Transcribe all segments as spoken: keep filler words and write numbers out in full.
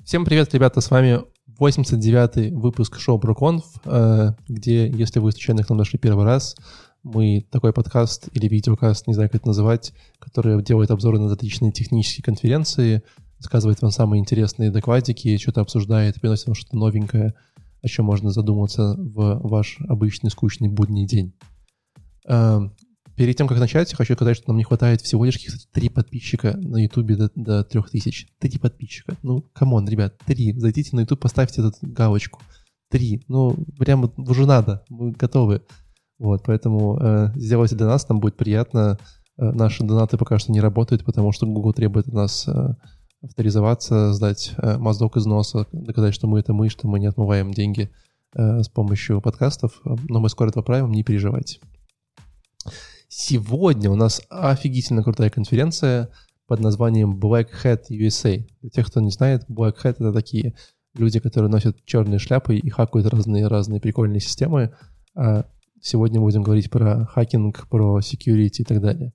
Всем привет, ребята, с вами восемьдесят девятый выпуск шоу ProConf, где, если вы случайно к нам нашли первый раз, мы такой подкаст или видеокаст, не знаю, как это называть, который делает обзоры на различные технические конференции, рассказывает вам самые интересные докладики, что-то обсуждает, приносит вам что-то новенькое, о чем можно задуматься в ваш обычный скучный будний день. Перед тем, как начать, я хочу сказать, что нам не хватает всего лишь, кстати, три подписчика на Ютубе до, до трех тысяч. Три подписчика. Ну, камон, ребят, три. Зайдите на Ютуб, поставьте эту галочку. Три. Ну, прямо уже надо. Мы готовы. Вот, поэтому э, сделайте для нас, нам будет приятно. Э, наши донаты пока что не работают, потому что Google требует от нас э, авторизоваться, сдать э, моздок из носа, доказать, что мы это мы, что мы не отмываем деньги э, с помощью подкастов. Но мы скоро это поправим, не переживайте. Сегодня у нас офигительно крутая конференция под названием Black Hat ю эс эй. Для тех, кто не знает, Black Hat — это такие люди, которые носят черные шляпы и хакают разные-разные прикольные системы. А сегодня будем говорить про хакинг, про security и так далее.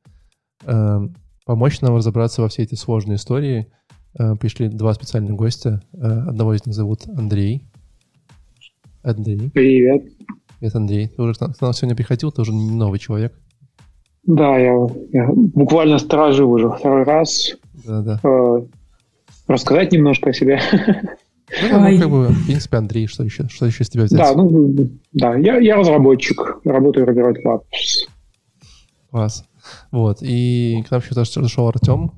Помочь нам разобраться во всей этой сложной истории пришли два специальных гостя. Одного из них зовут Андрей. Андрей. Привет. Привет, Андрей. Ты уже к нам сегодня приходил, ты уже не новый человек. Да, я, я буквально сторожил уже второй раз. Да-да. Э, рассказать немножко о себе. Ну, ну, как бы, в принципе, Андрей, что еще, что еще с тебя взять? Да, ну, да, я, я разработчик, работаю в Rocket Labs. Класс. Вот, и к нам еще зашел Артем.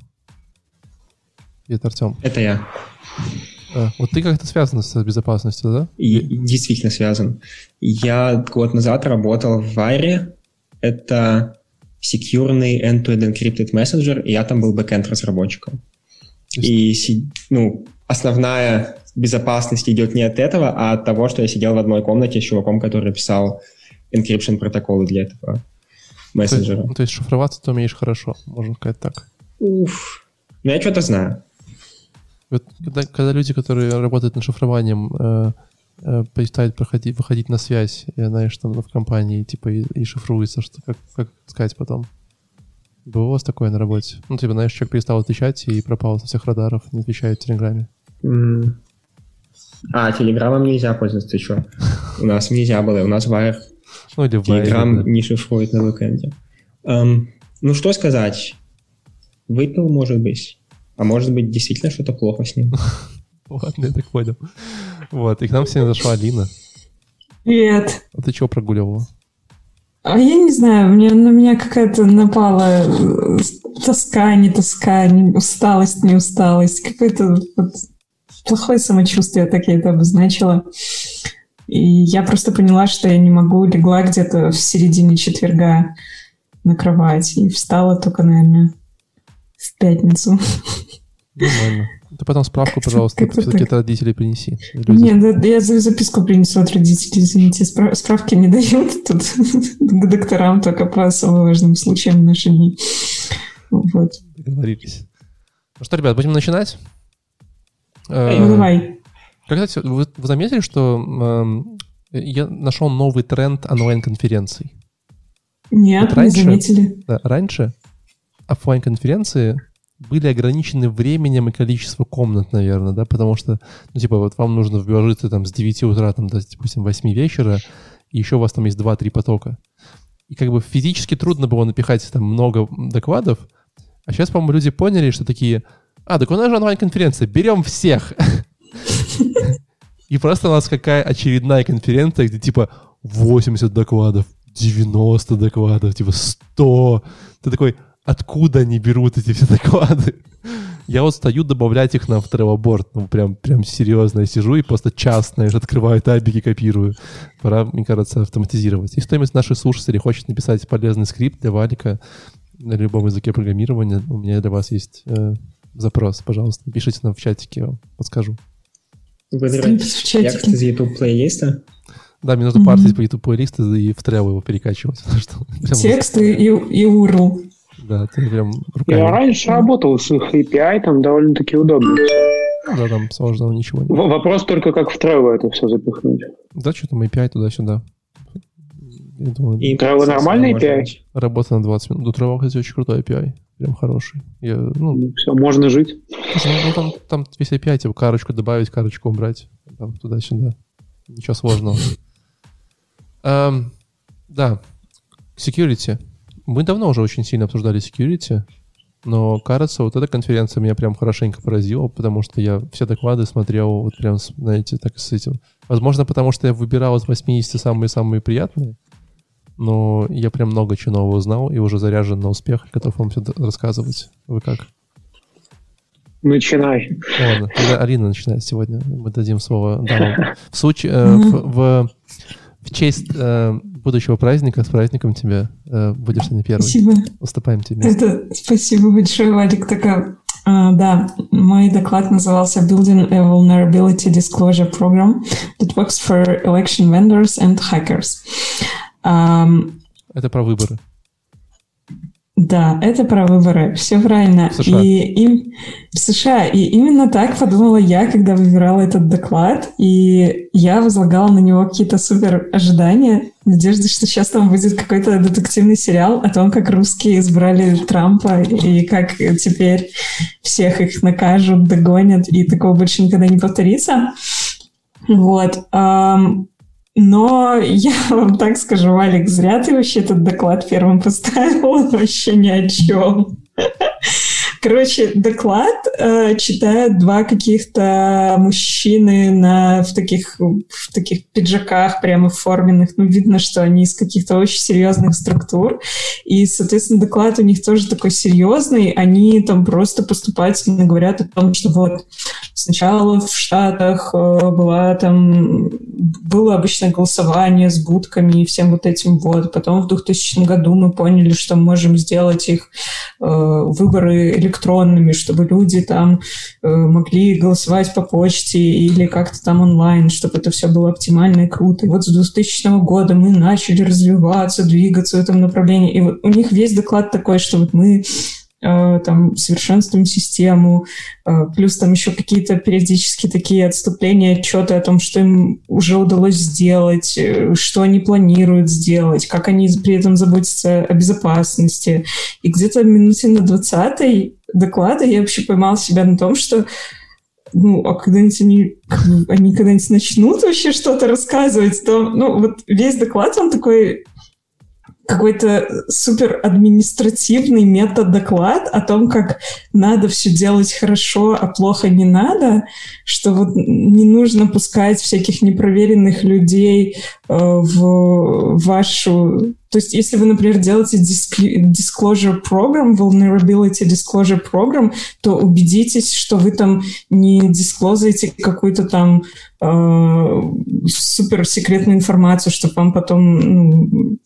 Это Артем. Это я. А, вот ты как-то связан с безопасностью, да? И, действительно связан. Я год назад работал в Вайре. Это секьюрный end-to-end encrypted messenger, и я там был бэкэнд разработчиком. И ну, основная безопасность идет не от этого, а от того, что я сидел в одной комнате с чуваком, который писал encryption протоколы для этого мессенджера. То, то есть шифроваться ты умеешь хорошо, можно сказать так. Уф. Ну, я что-то знаю. Вот, когда, когда люди, которые работают над шифрованием, э, э, перестают проходить, выходить на связь, и, знаешь, там в компании, типа, и, и шифруется, что, как, как сказать потом? Было у вас такое на работе? Ну, типа, знаешь, человек перестал отвечать и пропал со всех радаров, не отвечает в Телеграме. Mm. А, Телеграмом нельзя пользоваться, ты что? У нас нельзя было, у нас Wire. Ну, или Телеграм да. не шифрует на бэкэнде. Um, ну, что сказать? Выпил, может быть. А может быть, действительно что-то плохо с ним. Ладно, я так понял. Вот, и к нам сегодня зашла Алина. Привет. А ты чего прогуливала? А я не знаю, мне, на меня какая-то напала тоска, не тоска, не, усталость, не усталость. Какое-то вот, плохое самочувствие, так я это обозначила. И я просто поняла, что я не могу, легла где-то в середине четверга на кровать и встала только, наверное, в пятницу. Нормально. Ты потом справку, пожалуйста, все-таки от родителей принеси. Люди... Нет, я записку принесу от родителей, извините. Справки не дают тут к докторам, только по особо важным случаям в наши дни. Вот. Договорились. Ну что, ребят, будем начинать? Ну, давай. Как, кстати, вы, вы заметили, что э, я нашел новый тренд онлайн-конференций? Нет, вот раньше, не заметили. Да, раньше офлайн-конференции были ограничены временем и количеством комнат, наверное, да, потому что, ну, типа, вот вам нужно вложиться там с девяти утра, там, до, допустим, восьми вечера, и еще у вас там есть два-три потока. И как бы физически трудно было напихать там много докладов, а сейчас, по-моему, люди поняли, что такие, а, так у нас же онлайн-конференция, берем всех. И просто у нас какая очередная конференция, где типа восемьдесят докладов, девяносто докладов, типа сто. Ты такой, откуда они берут эти все доклады? Я вот стою добавлять их на Trello-борд, ну прям, прям серьезно я сижу и просто час, знаешь, открываю табики, копирую. Пора, мне кажется, автоматизировать. Если кто-нибудь из наших слушателей хочет написать полезный скрипт для Валика на любом языке программирования, у меня для вас есть э, запрос, пожалуйста. Пишите нам в чатике, я вам подскажу. Выбирать текст из YouTube-плейлиста? Да, мне нужно mm-hmm. парсить по YouTube-плейлисту и в Trello его перекачивать. Текст и, и ю ар эл. Да, ты прям руками. Я раньше работал с их эй пи ай, там довольно-таки удобно. Да, там сложного ничего нет. Вопрос только, как в Trello это все запихнуть. Да, что там эй пи ай туда-сюда. И Trello нормальный эй пи ай? Работа на двадцать минут. До Trello, кстати, очень крутой эй пи ай. прям хороший. Я, ну, все, можно жить. Слушай, ну, ну, там, там весь эй пи ай, типа, карочку добавить, карочку убрать. Там, туда-сюда. Ничего сложного. Um, да, security. Мы давно уже очень сильно обсуждали security, но, кажется, вот эта конференция меня прям хорошенько поразила, потому что я все доклады смотрел вот прям, знаете, так с этим. Возможно, потому что я выбирал из восьмидесяти самые-самые приятные, но я прям много чего нового узнал и уже заряжен на успех, готов вам все рассказывать. Вы как? Начинай. Ладно, тогда Алина начинает сегодня. Мы дадим слово дамам. В случае, э, в, в, в честь э, будущего праздника, с праздником тебя, э, будешь ты не первый. Спасибо. Уступаем тебе. Это, спасибо большое, Вадик. Такая, а, да, мой доклад назывался Building a Vulnerability Disclosure Program that works for election vendors and hackers. Um, Это про выборы. Да, это про выборы. Все правильно. В США. И, и, в США. И именно так подумала я, когда выбирала этот доклад. И я возлагала на него какие-то супер ожидания. Надежда, что сейчас там будет какой-то детективный сериал о том, как русские избрали Трампа и как теперь всех их накажут, догонят, и такого больше никогда не повторится. Вот. Но я вам так скажу, Валик, зря ты вообще этот доклад первым поставил, он вообще ни о чем. Короче, доклад э, читают два каких-то мужчины на, в, таких, в таких пиджаках прямо форменных. Ну, видно, что они из каких-то очень серьезных структур. И, соответственно, доклад у них тоже такой серьезный. Они там просто поступательно говорят о том, что вот сначала в Штатах э, была там, было обычное голосование с будками и всем вот этим вот. Потом в двухтысячном году мы поняли, что мы можем сделать их э, выборы электронными, электронными, чтобы люди там э, могли голосовать по почте или как-то там онлайн, чтобы это все было оптимально и круто. И вот с двухтысячного года мы начали развиваться, двигаться в этом направлении. И вот у них весь доклад такой, что вот мы э, там совершенствуем систему, э, плюс там еще какие-то периодически такие отступления, отчеты о том, что им уже удалось сделать, э, что они планируют сделать, как они при этом заботятся о безопасности. И где-то в минуте на двадцатой доклада я вообще поймала себя на том, что ну, а когда-нибудь они, они когда-нибудь начнут вообще что-то рассказывать, то, ну, вот весь доклад, он такой какой-то супер административный метод-доклад о том, как надо все делать хорошо, а плохо не надо, что вот не нужно пускать всяких непроверенных людей э, в вашу... То есть если вы, например, делаете disclosure program, vulnerability disclosure program, то убедитесь, что вы там не дисклозаете какую-то там э, суперсекретную информацию, чтобы вам потом ну,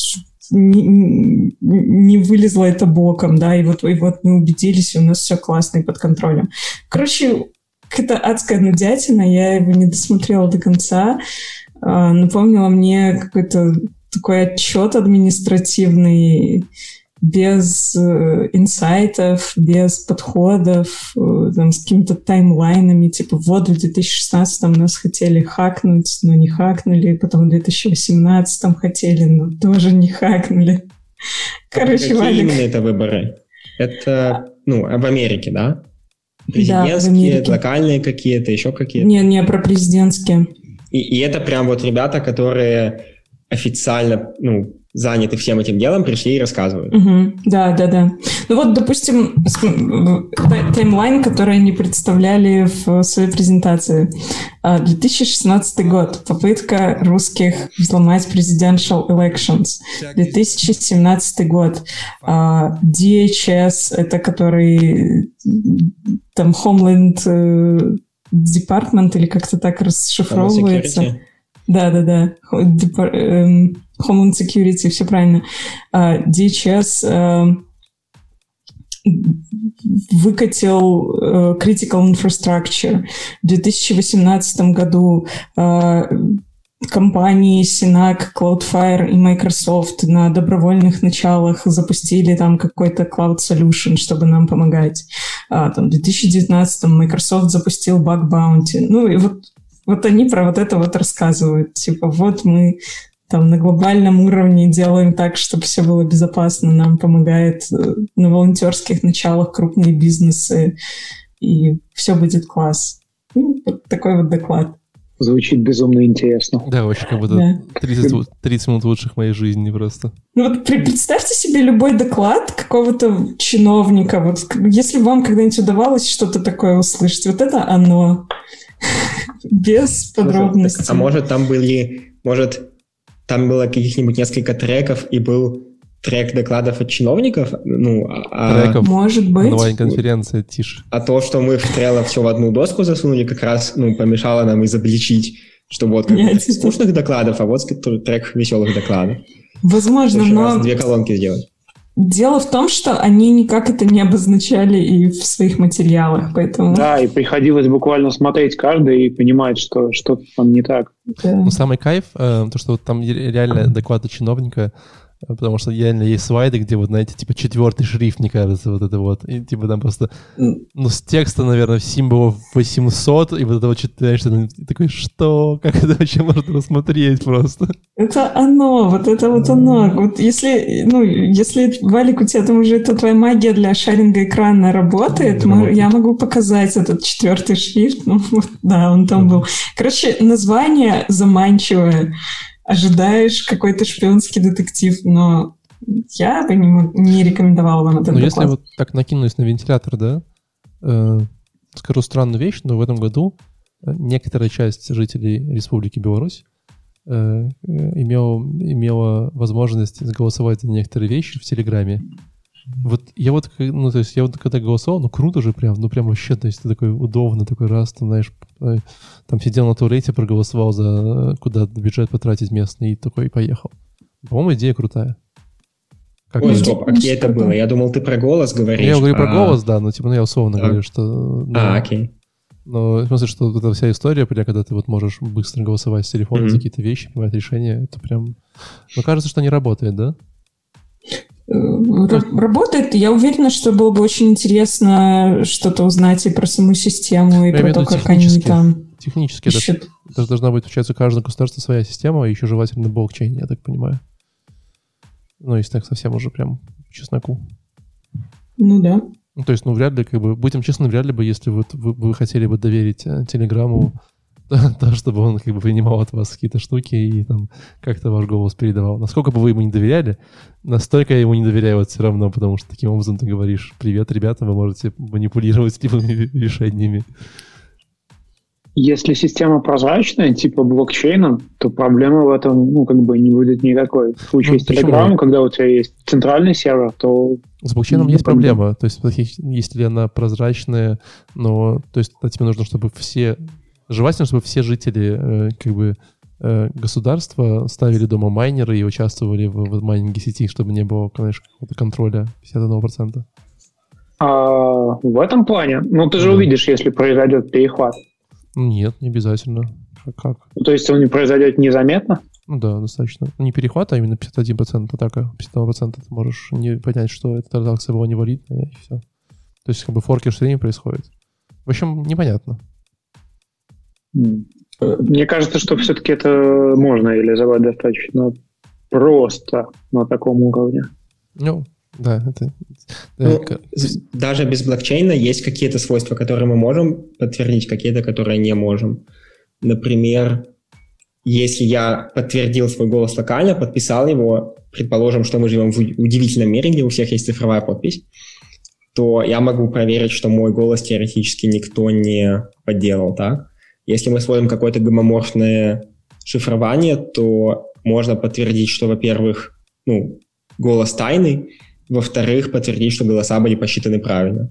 не, не вылезло это боком, да, и вот, и вот мы убедились, и у нас все классно и под контролем. Короче, какая-то адская нудятина, я его не досмотрела до конца, э, напомнила мне какой-то такой отчет административный, без э, инсайтов, без подходов, э, там, с какими-то таймлайнами, типа вот в две тысячи шестнадцатом нас хотели хакнуть, но не хакнули, потом в две тысячи восемнадцатом хотели, но тоже не хакнули. Короче, какие Валик... именно это выборы? Это, ну, в Америке, да? Президентские, да, в Америке. Локальные какие-то, еще какие-то? Не, не, про президентские. И, и это прям вот ребята, которые официально, ну, заняты всем этим делом, пришли и рассказывают. Угу. Да, да, да. Ну вот, допустим, таймлайн, который они представляли в своей презентации. две тысячи шестнадцатый год. Попытка русских взломать presidential elections. две тысячи семнадцатый год. ди эйч эс, это который там Homeland Department, или как-то так расшифровывается. Да, да, да. Homeland Security, все правильно. Uh, ди эйч эс uh, выкатил uh, Critical Infrastructure. В две тысячи восемнадцатом году uh, компании Синак, Cloudflare и Microsoft на добровольных началах запустили там какой-то Cloud Solution, чтобы нам помогать. Uh, там, в две тысячи девятнадцатом Microsoft запустил Bug Bounty. Ну и вот Вот они про вот это вот рассказывают. Типа, вот мы там на глобальном уровне делаем так, чтобы все было безопасно. Нам помогает на волонтерских началах крупные бизнесы, и все будет класс. Ну, вот такой вот доклад. Звучит безумно интересно. Да, очень как будто Да. тридцать, тридцать минут лучших моей жизни просто. Ну вот представьте себе любой доклад какого-то чиновника. Вот если вам когда-нибудь удавалось что-то такое услышать, вот это оно. Без подробностей. А может там были, может там было каких-нибудь несколько треков и был трек докладов от чиновников? Ну, а, Треков. Может быть. Онлайн-конференция, тише. А то, что мы в Trello все в одну доску засунули, как раз ну, помешало нам изобличить, что вот как Нет, скучных докладов, а вот трек веселых докладов. Возможно, Слушай, но... раз две колонки сделать. Дело в том, что они никак это не обозначали и в своих материалах, поэтому... Да, и приходилось буквально смотреть каждый и понимать, что что-то там не так. Да. Ну, самый кайф, э, то, что вот там реально доклады чиновника, э, потому что реально есть слайды, где вот, знаете, типа четвертый шрифт, мне кажется, вот это вот, и типа там просто, ну, с текста, наверное, символов восемьсот, и вот это вот читаешь, и такой, что? Как это вообще можно рассмотреть просто? Это оно, вот это вот оно. Вот если, ну, если, Валик, у тебя там уже это твоя магия для шаринга экрана работает, Да, мо- работает. я могу показать этот четвертый шрифт. Ну, вот, да, он там был. Короче, название заманчивое. Ожидаешь какой-то шпионский детектив, но я бы не, мо- не рекомендовала вам этот Ну, если доклад. вот так накинусь на вентилятор, да, э, скажу странную вещь, но в этом году э, некоторая часть жителей Республики Беларусь э, э, имела, имела возможность голосовать за некоторые вещи в Телеграме. Вот я вот, как- ну, то есть я вот когда голосовал, ну, круто же прям, ну, прям вообще, то есть ты такой удобно, такой раз, там, знаешь, э, там сидел на туалете, проголосовал за э, куда бюджет потратить местный, и такой, и поехал. По-моему, идея крутая. Как Ой, вы- стоп, а где это было? Я думал, ты про голос говоришь. я говорю про а- голос, да, но типа, ну я условно Да. говорю, что... ну, А, окей. Но в смысле, что вот эта вся история, бля, когда ты вот можешь быстро голосовать с телефона Мгм. за какие-то вещи, принимать решения, это прям... Ну, кажется, что не работает, да? Э, р- Работает. Я уверена, что было бы очень интересно что-то узнать и про саму систему, и Я про имею в то, виду как они технически. там Технически это, ищут. это должна быть, получается, у каждого государства своя система, и еще желательно блокчейн, я так понимаю. Ну, если так совсем уже прям по чесноку. Ну да. Ну, то есть, ну, вряд ли, как бы, будем честны, вряд ли бы, если вот вы, вы хотели бы доверить э, Телеграмму, то, то, чтобы он как бы принимал от вас какие-то штуки и там как-то ваш голос передавал. Насколько бы вы ему не доверяли, настолько я ему не доверяю вот все равно, потому что таким образом ты говоришь: привет, ребята, вы можете манипулировать любыми решениями. Если система прозрачная, типа блокчейна, то проблемы в этом, ну, как бы не будет никакой. В случае Ну, с почему? Telegram, когда у тебя есть центральный сервер, то С блокчейном Ну, есть как бы- проблема. То есть, если она прозрачная, но то есть тогда тебе нужно, чтобы все... Желательно, чтобы все жители э, как бы э, государства ставили дома майнеры и участвовали в, в майнинге сети, чтобы не было, конечно, какого-то контроля пятьдесят один процент. а, в этом плане, ну, ты же Да. увидишь, если произойдет перехват. Нет, не обязательно. Как? как? Ну, то есть он не произойдет незаметно. Ну да, достаточно. Не перехват, а именно пятьдесят один процент атака. пятьдесят один процент ты можешь не понять, что эта транзакция была невалидная, и все. То есть как бы форки что не происходит. В общем, непонятно. М. Мне кажется, что все-таки это можно реализовать достаточно просто на таком уровне. Ну, да, это... Ну, да, с- даже без блокчейна есть какие-то свойства, которые мы можем подтвердить, какие-то, которые не можем. Например, если я подтвердил свой голос локально, подписал его, предположим, что мы живем в у- удивительном мире, где у всех есть цифровая подпись, то я могу проверить, что мой голос теоретически никто не подделал, так? Если мы сводим какое-то гомоморфное шифрование, то можно подтвердить, что, во-первых, ну, голос тайный, во-вторых, подтвердить, что голоса были посчитаны правильно.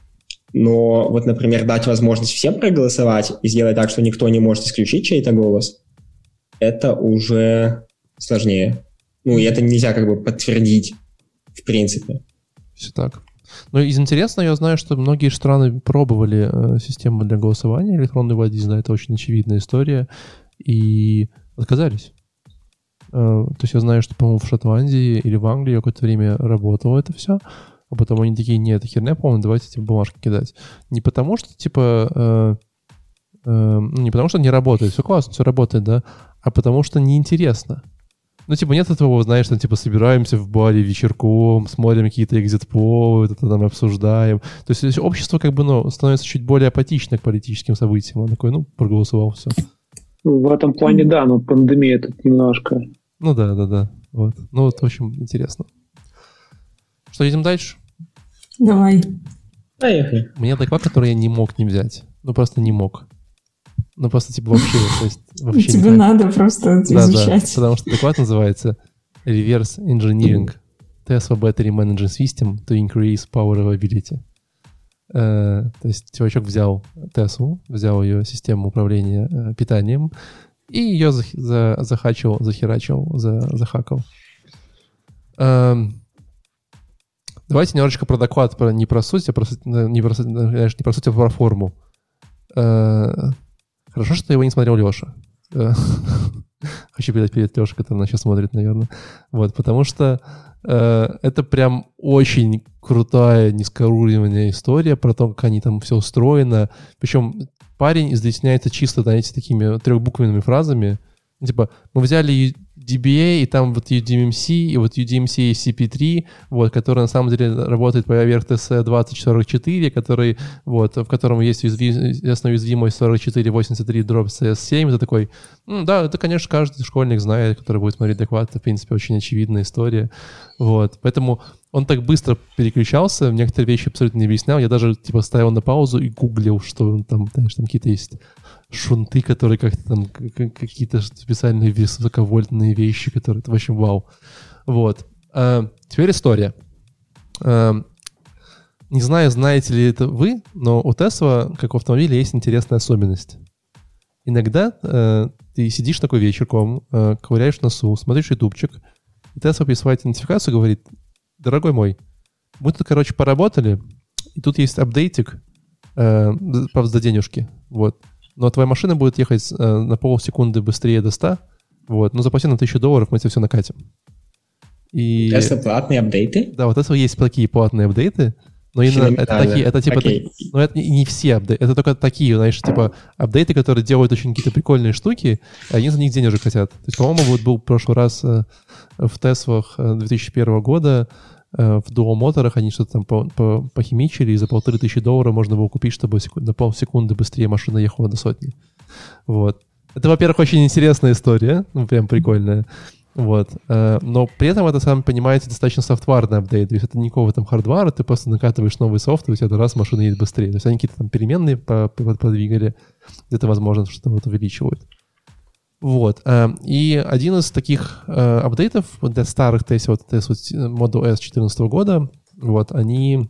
Но вот, например, дать возможность всем проголосовать и сделать так, что никто не может исключить чей-то голос, это уже сложнее. Ну, и это нельзя как бы подтвердить в принципе. Все так. Но из интересного я знаю, что многие страны пробовали э, систему для голосования электронной владизны. Это очень очевидная история. И отказались. Э, то есть я знаю, что, по-моему, в Шотландии или в Англии какое-то время работало это все. А потом они такие: нет, это херня, по-моему, давайте типа бумажки кидать. Не потому что, типа... Э, э, не потому что не работает, все классно, все работает, да, а потому что неинтересно. Ну, типа, нет этого, знаешь, там, типа, собираемся в баре вечерком, смотрим какие-то экзит-полы, это там обсуждаем. То есть общество, как бы, ну, становится чуть более апатично к политическим событиям. Он такой, ну, проголосовал, все. В этом плане, да, но пандемия тут немножко... Ну, да, да, да. Вот. Ну, вот, в общем, интересно. Что, едем дальше? Давай. Поехали. У меня доклад, который я не мог не взять. Ну, просто не мог. Ну, просто, типа, вообще... То есть, вообще Тебе никак. надо просто Да, изучать. да, потому что доклад называется Reverse Engineering Tesla Battery Management System to Increase Power Availability. Uh, то есть чувачок взял Теслу, взял ее систему управления uh, питанием и ее за, за, захачил, захерачил, за, захакал. Uh, давайте немножечко про доклад, про, не про суть, а про, не, про, знаешь, не про суть, а про форму. Uh, хорошо, что его не смотрел Леша. Uh, хочу передать привет Леше, который нас сейчас смотрит, наверное. Вот, потому что Uh, это прям очень крутая, низкоуровневая история про то, как они там все устроено. Причем парень изъясняется чисто, знаете, такими трехбуквенными фразами. Типа, мы взяли ди би эй, и там вот ю ди эм си, и вот ю ди эм си и си пи три, вот, который на самом деле работает поверх ти эс двадцать сорок четыре, который, вот, в котором есть известная уязвимость сорок четыре восемьдесят три дробь си эс семь. Это такой, ну, да, это, конечно, каждый школьник знает, который будет смотреть доклад. Это, в принципе, очень очевидная история. Вот, поэтому он так быстро переключался, некоторые вещи абсолютно не объяснял. Я даже, типа, ставил на паузу и гуглил, что он там, знаешь, там какие-то есть шунты, которые как-то там, какие-то специальные высоковольтные вещи, которые, это, в общем, вау. Вот. А, теперь история. А, не знаю, знаете ли это вы, но у Tesla, как у автомобиля, есть интересная особенность. Иногда а, ты сидишь такой вечерком, а, ковыряешь в носу, смотришь ютубчик, и Tesla присылает идентификацию и говорит: дорогой мой, мы тут, короче, поработали, и тут есть апдейтик, э, правда, за денежки, вот. Но твоя машина будет ехать э, на полсекунды быстрее до ста, вот. Но заплати на тысячу долларов, мы тебе все накатим. И... Tesla платные апдейты? Да, вот Tesla есть такие платные апдейты, но именно это такие, это типа, okay. так, но это не все апдейты, это только такие, знаешь, типа апдейты, которые делают очень какие-то прикольные штуки, и они за них денежек хотят. То есть, по-моему, вот был в прошлый раз э, в Теслах две тысячи первого года э, в Dual Motor'ах они что-то там по, по, похимичили, и за полторы тысячи долларов можно было купить, чтобы секунд, на полсекунды быстрее машина ехала до сотни. Вот. Это, во-первых, очень интересная история, ну, прям прикольная. Вот. Но при этом это, сами понимаете, достаточно софтварный апдейт. То есть это никакого там хардвара, ты просто накатываешь новый софт, и у тебя раз машина едет быстрее. То есть они какие-то там переменные подвигали, где-то, возможно, что-то вот увеличивают. Вот. И один из таких апдейтов для старых Tesla, вот Tesla Model S две тысячи четырнадцатого года, вот, они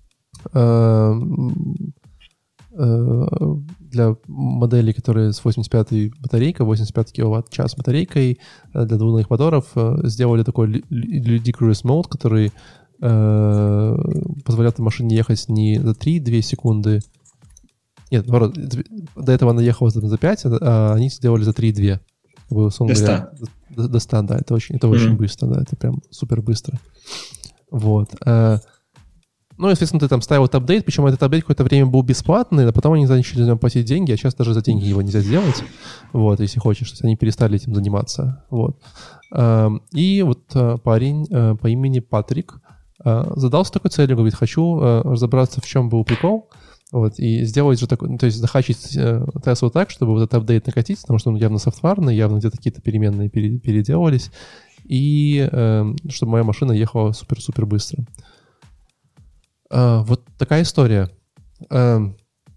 для моделей, которые с восемьдесят пятой батарейкой, восемьдесят пять киловатт-час батарейкой для двух моторов, сделали такой ludicrous mode, который э, позволяет машине ехать не за три-две секунды. Нет, наоборот, до этого она ехала за пять, а они сделали за три-две. До ста. До, до ста, да, это очень, это mm-hmm. очень быстро, да, это прям супер быстро. Вот. Ну, естественно, ты там ставил этот апдейт, причем этот апдейт какое-то время был бесплатный, а потом они начали за платить деньги, а сейчас даже за деньги его нельзя сделать, вот, если хочешь, то есть они перестали этим заниматься, вот. И вот парень по имени Патрик задался такой целью, говорит: хочу разобраться, в чем был прикол, вот, и сделать же такой, то есть захачить Теслу так, чтобы вот этот апдейт накатить, потому что он явно софтварный, явно где-то какие-то переменные переделывались, и чтобы моя машина ехала супер-супер быстро. Uh, вот такая история. Uh,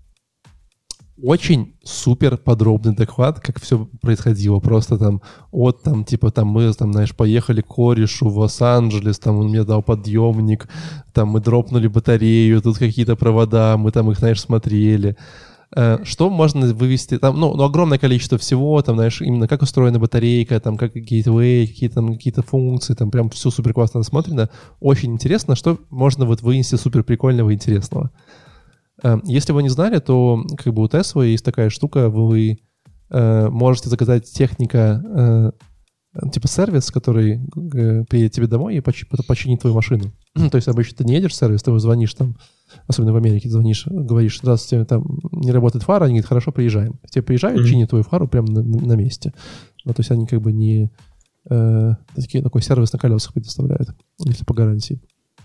очень супер подробный доклад, как все происходило. Просто там от там, типа, там мы, там, знаешь, поехали к корешу в Лос-Анджелес, там он мне дал подъемник, там мы дропнули батарею, тут какие-то провода, мы там их, знаешь, смотрели. Uh, что можно вывести? Там, ну, ну, огромное количество всего, там, знаешь, именно как устроена батарейка, там, как гейтвей, какие-то, там, какие-то функции, там, прям все супер классно осмотрено. Очень интересно, что можно вот вынести супер прикольного и интересного. Uh, если вы не знали, то, как бы, у Tesla есть такая штука, вы uh, можете заказать техника, uh, типа сервис, который uh, приедет тебе домой и поч- починит твою машину. То есть обычно ты не едешь в сервис, ты звонишь там, особенно в Америке, звонишь, говоришь: здравствуйте, там не работает фара, они говорят: хорошо, приезжаем. Тебе приезжают, mm-hmm. чинят твою фару прямо на, на месте. Ну, то есть они как бы не, э, такие, такой сервис на колесах предоставляет, если по гарантии.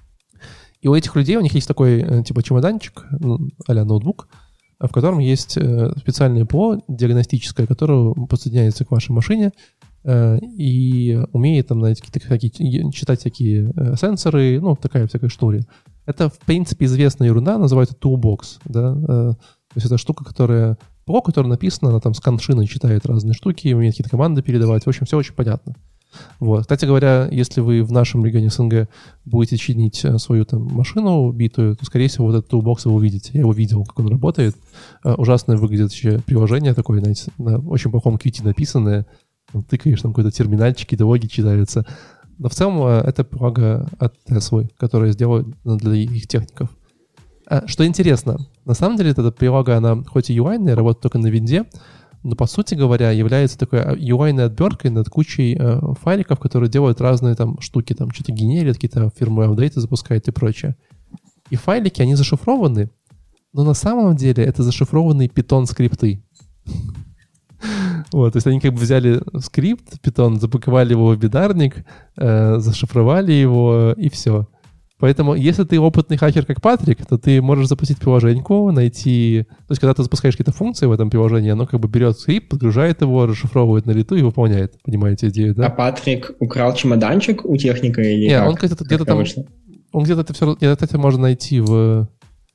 И у этих людей, у них есть такой э, типа чемоданчик, ну, а-ля ноутбук, в котором есть э, специальное ПО диагностическое, которое подсоединяется к вашей машине э, и умеет там, знаете, какие-то, какие, читать всякие э, сенсоры, ну, такая всякая штука. Это, в принципе, известная ерунда, называется toolbox, да, э, то есть это штука, которая, ПО, которая написана, она там с коншиной читает разные штуки, умеет какие-то команды передавать, в общем, все очень понятно. Вот. Кстати говоря, если вы в нашем регионе СНГ будете чинить свою там машину битую, то, скорее всего, вот этот toolbox вы увидите. Я его видел, как он работает. Uh, ужасное выглядящее приложение такое, знаете, на очень плохом кью ти написанное. Там, тыкаешь, там какой-то терминальчик, какие-то логи читаются. Но в целом uh, это прилога от Tesla, которая сделает для их техников. Uh, что интересно, на самом деле эта прилога, она хоть и ю ай-ная, работает только на винде, но, по сути говоря, является такой ю ай-ной отберткой над кучей э, файликов, которые делают разные там штуки, там что-то генерят, какие-то фирмы апдейты запускают и прочее. И файлики, они зашифрованы, но на самом деле это зашифрованные Python-скрипты. Вот, то есть они как бы взяли скрипт Python, запаковали его в бинарник, э, зашифровали его, и все. Поэтому, если ты опытный хакер, как Патрик, то ты можешь запустить приложеньку, найти... То есть, когда ты запускаешь какие-то функции в этом приложении, оно как бы берет скрипт, подгружает его, расшифровывает на лету и выполняет. Понимаете идею, да? А Патрик украл чемоданчик у техника или Нет, как? он где-то, как где-то там... вышло? Он где-то это все... Это, это можно найти в...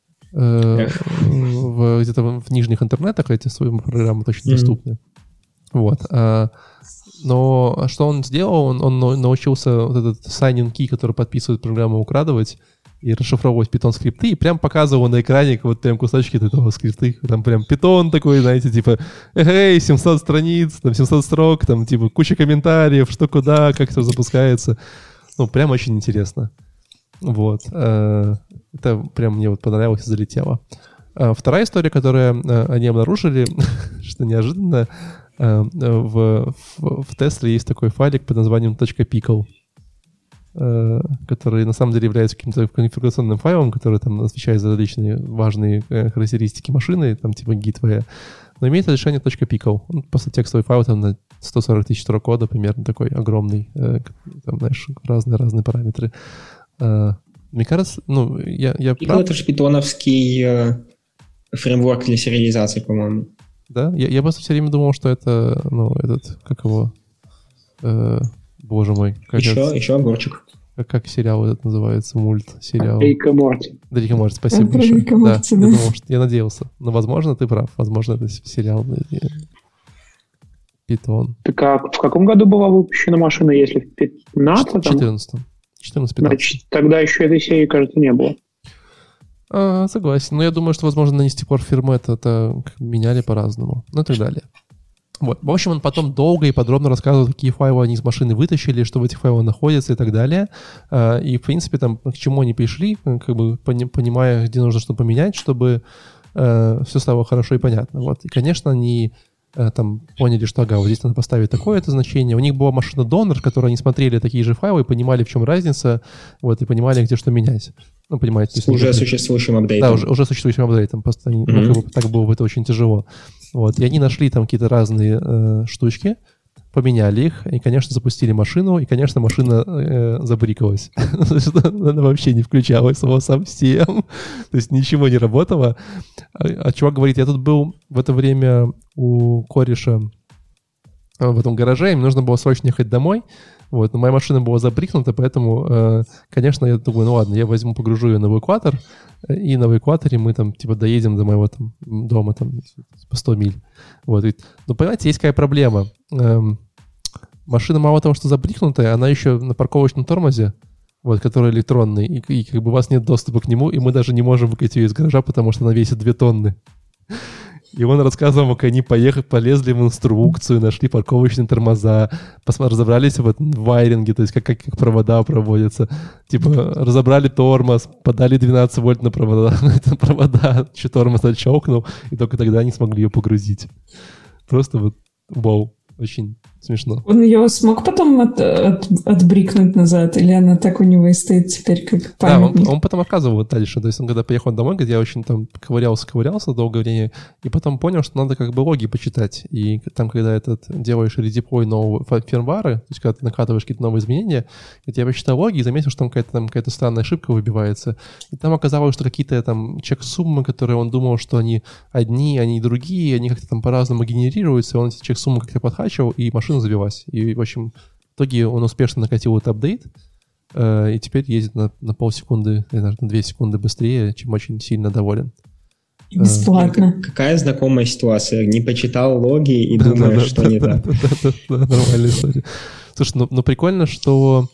Э, в где-то в нижних интернетах эти свои программы точно mm-hmm. доступны. Вот. А, но что он сделал? Он, он научился вот этот sign-in key, который подписывает программу, украдывать и расшифровывать Python скрипты, и прям показывал на экране вот прям кусочки этого скрипты. Там прям Python такой, знаете, типа, эй, семьсот страниц, там семьсот строк, там типа куча комментариев, что куда, как это запускается. Ну, прям очень интересно. Вот. Это прям мне вот понравилось и залетело. Вторая история, которую они обнаружили, что неожиданно, в, в, в Tesla есть такой файлик под названием .pickle, который на самом деле является каким-то конфигурационным файлом, который там отвечает за различные важные характеристики машины, там типа гитвая, но имеет разрешение .pickle. Он просто текстовый файл там на сто сорок тысяч строк кода, примерно такой огромный, там, знаешь, разные-разные параметры. Мне кажется, ну, я... я Pickle прав... — это же питоновский э, фреймворк для сериализации, по-моему. Да? Я, я просто все время думал, что это, ну, этот, как его... Э, боже мой. Как еще, это, еще огурчик. Как, как сериал этот называется, мульт, сериал? Рик и Морти. Да, Рик и Морти, спасибо большое. Рик и Морти, да, да. Я, думал, что, я надеялся. Но, возможно, ты прав. Возможно, это сериал Python. Так а в каком году была выпущена машина, если в пятнадцатом? В четырнадцатом. четырнадцать-пятнадцать. Значит, тогда еще этой серии, кажется, не было. А, согласен. Но я думаю, что, возможно, на с тех пор фирмы это, это меняли по-разному. Ну и так далее. Вот. В общем, он потом долго и подробно рассказывал, какие файлы они из машины вытащили, что в этих файлах находится и так далее. И, в принципе, там, к чему они пришли, как бы понимая, где нужно что поменять, чтобы э, все стало хорошо и понятно. Вот. И, конечно, они э, там поняли, что, ага, вот здесь надо поставить такое-то значение. У них была машина-донор, в которой они смотрели такие же файлы и понимали, в чем разница, вот, и понимали, где что менять. Ну, понимаете. С уже существующим апдейтом. Да, уже, уже существующим апдейтом. Просто они, mm-hmm. ну, как бы, так было бы это очень тяжело. Вот. И они нашли там какие-то разные э, штучки, поменяли их, и, конечно, запустили машину, и, конечно, машина э, забрикалась. Она вообще не включалась совсем. То есть ничего не работало. А чувак говорит, я тут был в это время у кореша в этом гараже, им нужно было срочно ехать домой. Вот, но моя машина была забрикнута, поэтому, э, конечно, я думаю, ну ладно, я возьму, погружу ее на эвакуатор, и на эвакуаторе мы там, типа, доедем до моего там дома, там, по сто миль. Вот, и, но, понимаете, есть какая проблема. Эм, машина мало того, что забрикнутая, она еще на парковочном тормозе, вот, который электронный, и, и как бы у вас нет доступа к нему, и мы даже не можем выкатить ее из гаража, потому что она весит две тонны. И он рассказывал, как они поехали, полезли в инструкцию, нашли парковочные тормоза, посмотри, разобрались в этом вайринге, то есть как, как, как провода проводятся. Типа разобрали тормоз, подали двенадцать вольт на провода, на провода, что тормоз отщелкнул, и только тогда они смогли ее погрузить. Просто вот вау. Очень смешно. Он ее смог потом от, от, отбрикнуть назад, или она так у него и стоит теперь как памятник? Да, он, он потом рассказывал дальше. То есть он когда приехал домой, говорит, я очень там ковырялся-ковырялся долгое время, и потом понял, что надо как бы логи почитать. И там, когда этот делаешь редеплой нового фирмвара, то есть когда ты накатываешь какие-то новые изменения, я почитал логи и заметил, что там какая-то, там какая-то странная ошибка выбивается. И там оказалось, что какие-то там чек-суммы, которые он думал, что они одни, они другие, они как-то там по-разному генерируются, он эти чек-суммы как-то подхачивал, и машина завелась. И, в общем, в итоге он успешно накатил этот апдейт, э, и теперь ездит на, на полсекунды, наверное, на две секунды быстрее, чем очень сильно доволен. Бесплатно. Э, какая знакомая ситуация? Не почитал логи и думаешь, что не так. Да, нормальная история. Слушай, ну, ну прикольно, что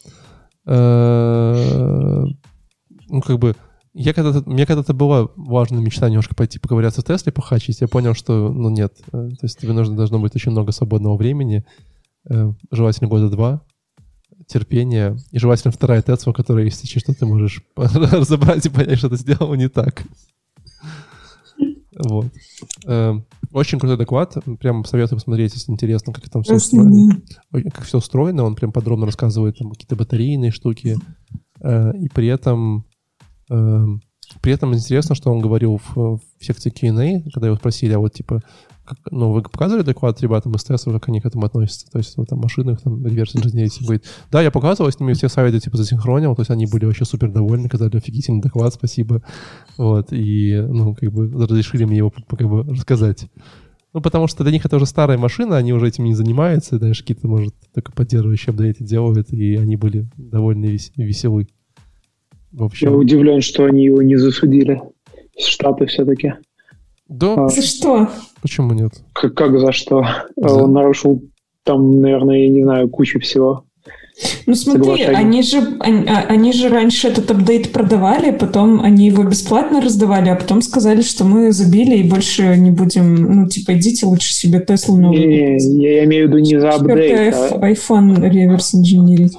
э, ну, как бы я когда-то, мне когда-то была важная мечта немножко пойти поковыряться в Тесле, похачить. Я понял, что, ну, нет. То есть тебе нужно, должно быть очень много свободного времени, желательно года два, терпения, и желательно вторая Тесла, которая, если что, ты можешь разобрать и понять, что ты сделал не так. Вот. Очень крутой доклад. Прям советую посмотреть, если интересно, как там все устроено. Как все устроено. Он прям подробно рассказывает там какие-то батарейные штуки. И при этом При этом интересно, что он говорил в, в секции кью энд эй, когда его спросили, а вот типа, как, ну, вы показывали доклад ребятам из Tesla, как они к этому относятся? То есть, вот там машинах, там, реверс инженерить. Говорит, да, я показывал, с ними все сайты типа засинхронил, то есть они были вообще супер довольны, сказали, офигительный доклад, спасибо. Вот, и, ну, как бы разрешили мне его как бы рассказать. Ну, потому что для них это уже старая машина, они уже этим не занимаются, знаешь, какие-то, может, только поддерживающие апдейты делают, и они были довольны и веселы. В общем. Я удивлен, что они его не засудили. Штаты все-таки. Да. А, за что? Почему нет? Как, как за что? За... Он нарушил там, наверное, я не знаю, кучу всего. Ну смотри, они же, они, они же раньше этот апдейт продавали, потом они его бесплатно раздавали, а потом сказали, что мы забили и больше не будем, ну типа идите лучше себе Теслу новую. Не, не, я имею в виду не за апдейт. А... iPhone реверс инженерить.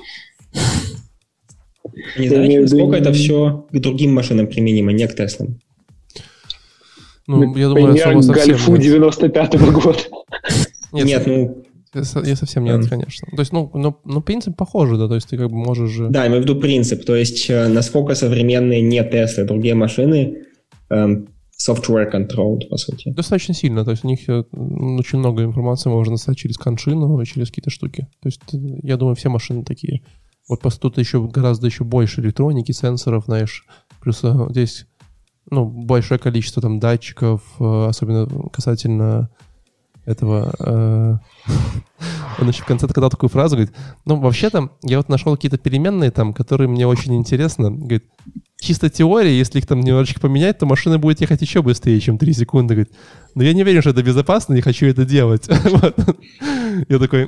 Не знаю, насколько это все к другим машинам применимо, не к Теслам. Ну, я думаю, пример к Гольфу девяносто пятого года. Нет, нет, ну... Я совсем нет, конечно. То есть, ну, ну, ну, принцип похожий, да, то есть ты как бы можешь же... Да, я имею в виду принцип, то есть насколько современные не Теслы, другие машины эм, software controlled, по сути. Достаточно сильно, то есть у них очень много информации можно достать через коншину, через какие-то штуки. То есть я думаю, все машины такие. Вот просто тут еще гораздо еще больше электроники, сенсоров, знаешь, плюс здесь, ну, большое количество там датчиков, особенно касательно этого... Он еще в конце сказал такую фразу, говорит, ну, вообще-то, я вот нашел какие-то переменные там, которые мне очень интересно. Говорит, чисто теория, если их там немножечко поменять, то машина будет ехать еще быстрее, чем три секунды. Говорит, но я не верю, что это безопасно, не хочу это делать. Я такой,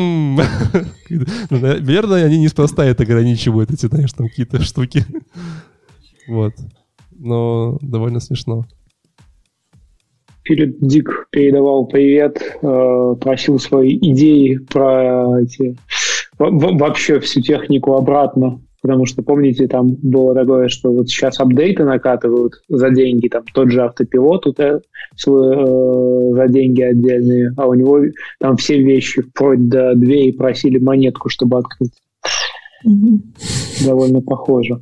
наверное, они неспроста это ограничивают, эти, знаешь, там какие-то штуки. Вот. Но довольно смешно. Филипп Дик передавал привет, э, просил свои идеи про эти, в, вообще всю технику обратно, потому что, помните, там было такое, что вот сейчас апдейты накатывают за деньги, там тот же автопилот э, за деньги отдельные, а у него там все вещи вплоть до двери просили монетку, чтобы открыть. Mm-hmm. Довольно похоже.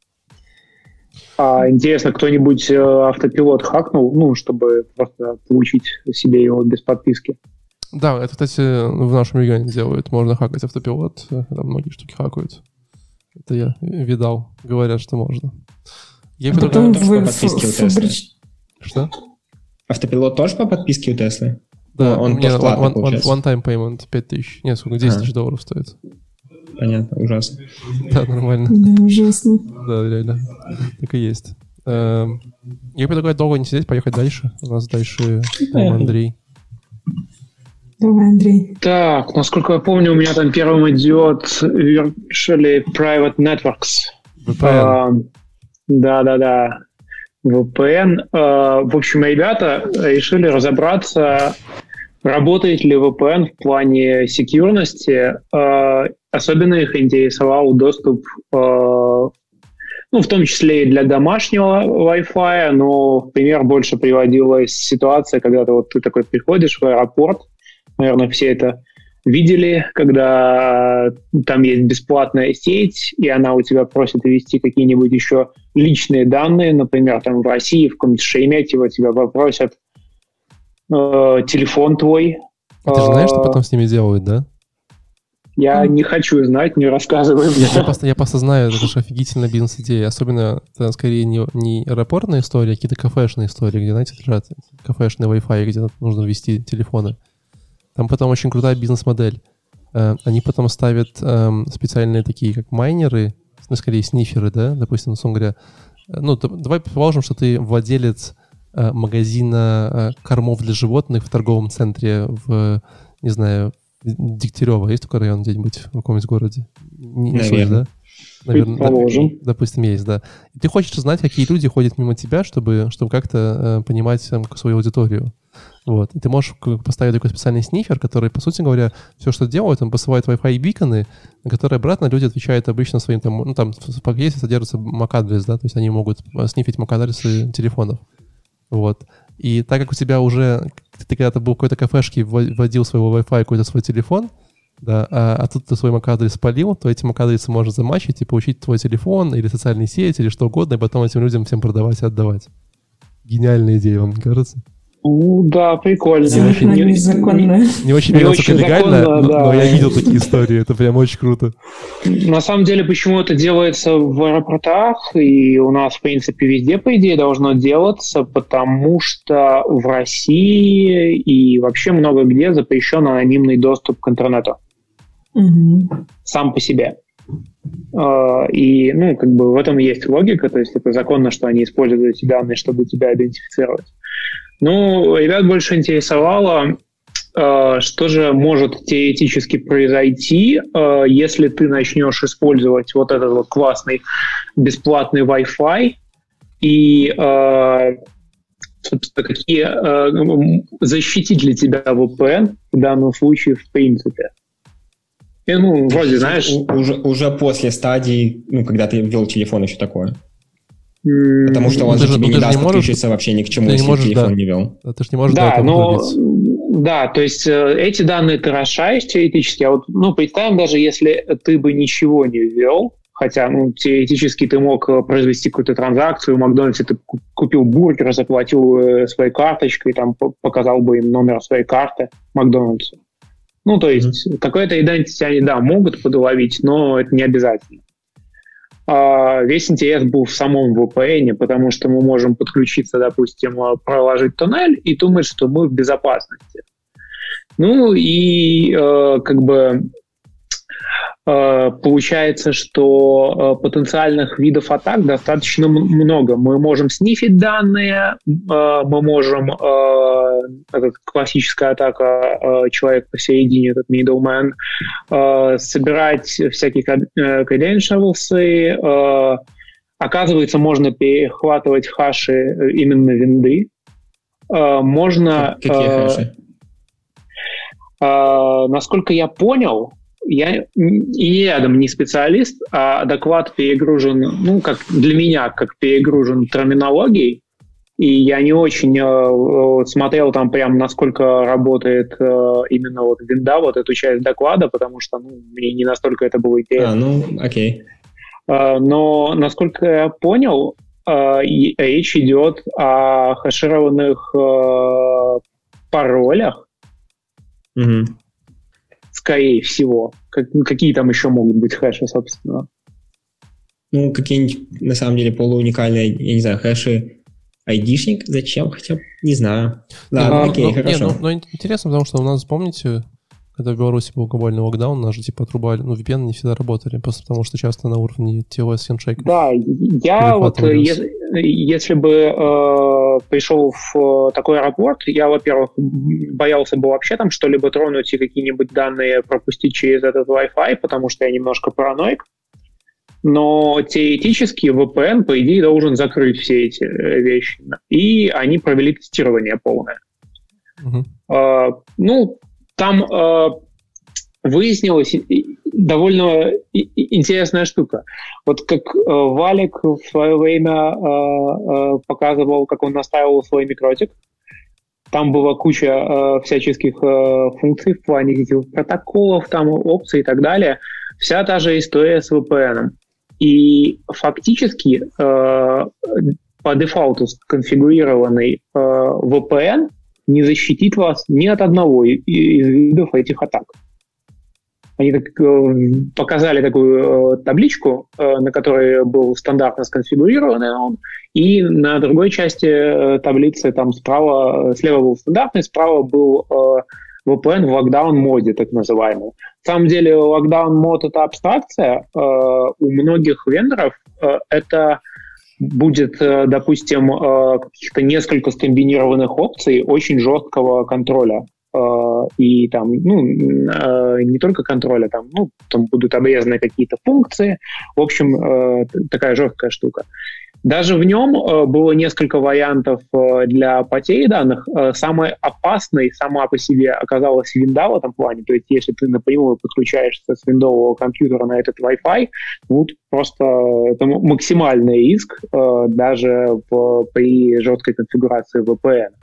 А интересно, кто-нибудь автопилот хакнул, ну, чтобы просто получить себе его без подписки? Да, это, кстати, в нашем регионе делают. Можно хакать автопилот. Там многие штуки хакают. Это я видал. Говорят, что можно. Я а потом тоже по подписке у Теслы. Что? Автопилот тоже по подписке у Теслы? Да, он тоже платный, получается. One-time payment пять тысяч. Нет, сколько? десять тысяч долларов стоит. Понятно, ужасно. Да, нормально. Да, ужасно. Да, реально. Так и есть. Я предлагаю долго не сидеть, поехать дальше. У нас дальше Андрей. Давай, Андрей. Так, насколько я помню, у меня там первым идет Virtually Private Networks. ви пи эн. А, да-да-да. ви пи эн. А, в общем, ребята решили разобраться, работает ли ви пи эн в плане секьюрности. А, особенно их интересовал доступ, а, ну, в том числе и для домашнего Wi-Fi, но в пример больше приводилась ситуация, когда ты, вот, ты такой приходишь в аэропорт, наверное, все это видели, когда там есть бесплатная сеть, и она у тебя просит ввести какие-нибудь еще личные данные, например, там в России, в каком-нибудь Шереметьево тебя попросят э, телефон твой. А ты же знаешь, что потом с ними делают, да? Я не хочу знать, не рассказывай мне. Я просто, я просто знаю, это же офигительная бизнес-идея. Особенно, это скорее не, не аэропортная история, а какие-то кафешные истории, где, знаете, лежат кафешные Wi-Fi, где нужно ввести телефоны. Там потом очень крутая бизнес-модель. Они потом ставят специальные такие, как майнеры, ну, скорее, сниферы, да, допустим, условно говоря. Ну, давай предположим, что ты владелец магазина кормов для животных в торговом центре в, не знаю, Дегтярево. Есть такой район где-нибудь в каком-нибудь городе? Не, не суть, да? Наверное, Положим. Да, допустим, есть, да. И ты хочешь знать, какие люди ходят мимо тебя, чтобы, чтобы как-то э, понимать там, свою аудиторию. Вот. И ты можешь поставить такой специальный снифер, который, по сути говоря, все, что делает, он посылает Wi-Fi биконы, на которые обратно люди отвечают обычно своим, там, ну, там, если содержится MAC-адрес, да, то есть они могут снифить MAC-адресы телефонов. Вот. И так как у тебя уже, ты когда-то был в какой-то кафешке, вводил своего Wi-Fi какой-то свой телефон, да, а, а тут ты свой MAC-адрес спалил, то эти MAC-адресы можно замачить и получить твой телефон или социальные сети, или что угодно, и потом этим людям всем продавать и отдавать. Гениальная идея, вам не кажется? Ну, да, прикольно. Не очень, не, незаконно. Не очень верится, как легально, законно, но, да. но я видел такие истории, это прям очень круто. На самом деле, почему это делается в аэропортах, и у нас, в принципе, везде, по идее, должно делаться, потому что в России и вообще много где запрещен анонимный доступ к интернету. Угу. Сам по себе. И, ну, как бы в этом есть логика, то есть это законно, что они используют эти данные, чтобы тебя идентифицировать. Ну, ребят больше интересовало, что же может теоретически произойти, если ты начнешь использовать вот этот вот классный бесплатный Wi-Fi, и, собственно, какие защитит ли тебя ви пи эн в данном случае в принципе. И, ну, вроде, знаешь... Уже, уже после стадии, ну, когда ты ввел телефон, еще такое. Потому что он же тебе не даст не подключиться можешь, вообще ни к чему, если можешь, телефон да. не вел. Да, ты же не можешь да, но, да, то есть эти данные ты расшаешь теоретически, а вот, ну, представим, даже если ты бы ничего не ввел, хотя, ну, теоретически ты мог произвести какую-то транзакцию, в Макдональдсе ты купил бургер, заплатил своей карточкой, там, показал бы им номер своей карты Макдональдсу. Ну, то есть mm-hmm. какое-то identity они, да, могут подловить, но это не обязательно. А весь интерес был в самом ви пи эн, потому что мы можем подключиться, допустим, проложить туннель и думать, что мы в безопасности. Ну, и э, как бы э, получается, что э, потенциальных видов атак достаточно много. Мы можем снифить данные, э, мы можем... Э, это классическая атака э, человек посередине, этот middleman, э, собирать всякие credentials. Э, оказывается, можно перехватывать хаши именно винды. Э, можно... Какие э, хаши? Э, насколько я понял, я и не рядом не специалист, а доклад перегружен, ну, как для меня, как перегружен терминологией, и я не очень э, смотрел там прям, насколько работает э, именно вот винда, вот эту часть доклада, потому что, ну, мне не настолько это было интересно. А, ну, окей. Э, но, насколько я понял, э, речь идет о хэшированных э, паролях, угу. Скорее всего. Как, какие там еще могут быть хэши, собственно? Ну, какие-нибудь, на самом деле, полууникальные, я не знаю, хэши айдишник? Зачем? Хотя, не знаю. Ладно, а, окей, ну, хорошо. Не, ну, ну, интересно, потому что у нас, помните, когда в Беларуси был глобальный локдаун, нас же типа отрубали, ну, ви пи эн не всегда работали, просто потому что часто на уровне ти о эс хендшейков. Да, я вот, если, если бы э, пришел в такой аэропорт, я, во-первых, боялся бы вообще там что-либо тронуть и какие-нибудь данные пропустить через этот Wi-Fi, потому что я немножко параноик. Но теоретически ви пи эн, по идее, должен закрыть все эти вещи. И они провели тестирование полное. Uh-huh. Uh, ну, там uh, выяснилась довольно интересная штука. Вот как uh, Валик в свое время uh, uh, показывал, как он настраивал свой микротик, там была куча э, всяческих э, функций в плане этих протоколов, там, опций и так далее. Вся та же история с ви пи эн. И фактически э, по дефолту сконфигурированный э, ви пи эн не защитит вас ни от одного из видов этих атак. Они так, э, показали такую э, табличку, э, на которой был стандартно сконфигурированный он, и на другой части э, таблицы там справа, слева был стандартный, справа был э, ви пи эн в локдаун-моде, так называемый. На самом деле локдаун-мод — это абстракция. Э, у многих вендоров э, это будет, э, допустим, э, каких-то несколько скомбинированных опций очень жесткого контроля. И там, ну, не только контроля, там, ну, там будут обрезаны какие-то функции. В общем, такая жесткая штука. Даже в нем было несколько вариантов для потерь данных. Самой опасной сама по себе оказалась винда в этом плане. То есть, если ты напрямую подключаешься с виндового компьютера на этот Wi-Fi, ну, просто это максимальный риск даже в, при жесткой конфигурации ви пи эн.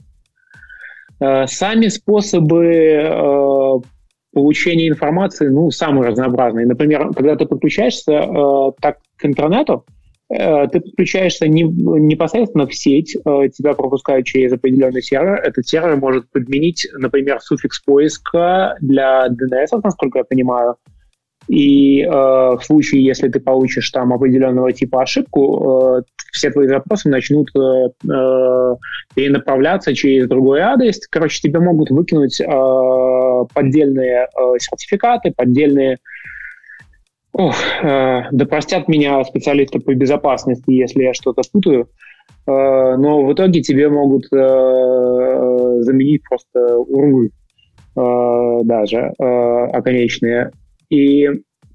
Сами способы э, получения информации, ну, самые разнообразные. Например, когда ты подключаешься э, так к интернету, э, ты подключаешься не, непосредственно в сеть, э, тебя пропускают через определенный сервер. Этот сервер может подменить, например, суффикс поиска для ди эн эс, насколько я понимаю. И э, в случае, если ты получишь там определенного типа ошибку, э, все твои запросы начнут э, э, перенаправляться через другой адрес. Короче, тебе могут выкинуть э, поддельные э, сертификаты, поддельные... Ох, э, да простят меня специалисты по безопасности, если я что-то путаю. Э, но в итоге тебе могут э, заменить просто урлы э, даже э, оконечные. И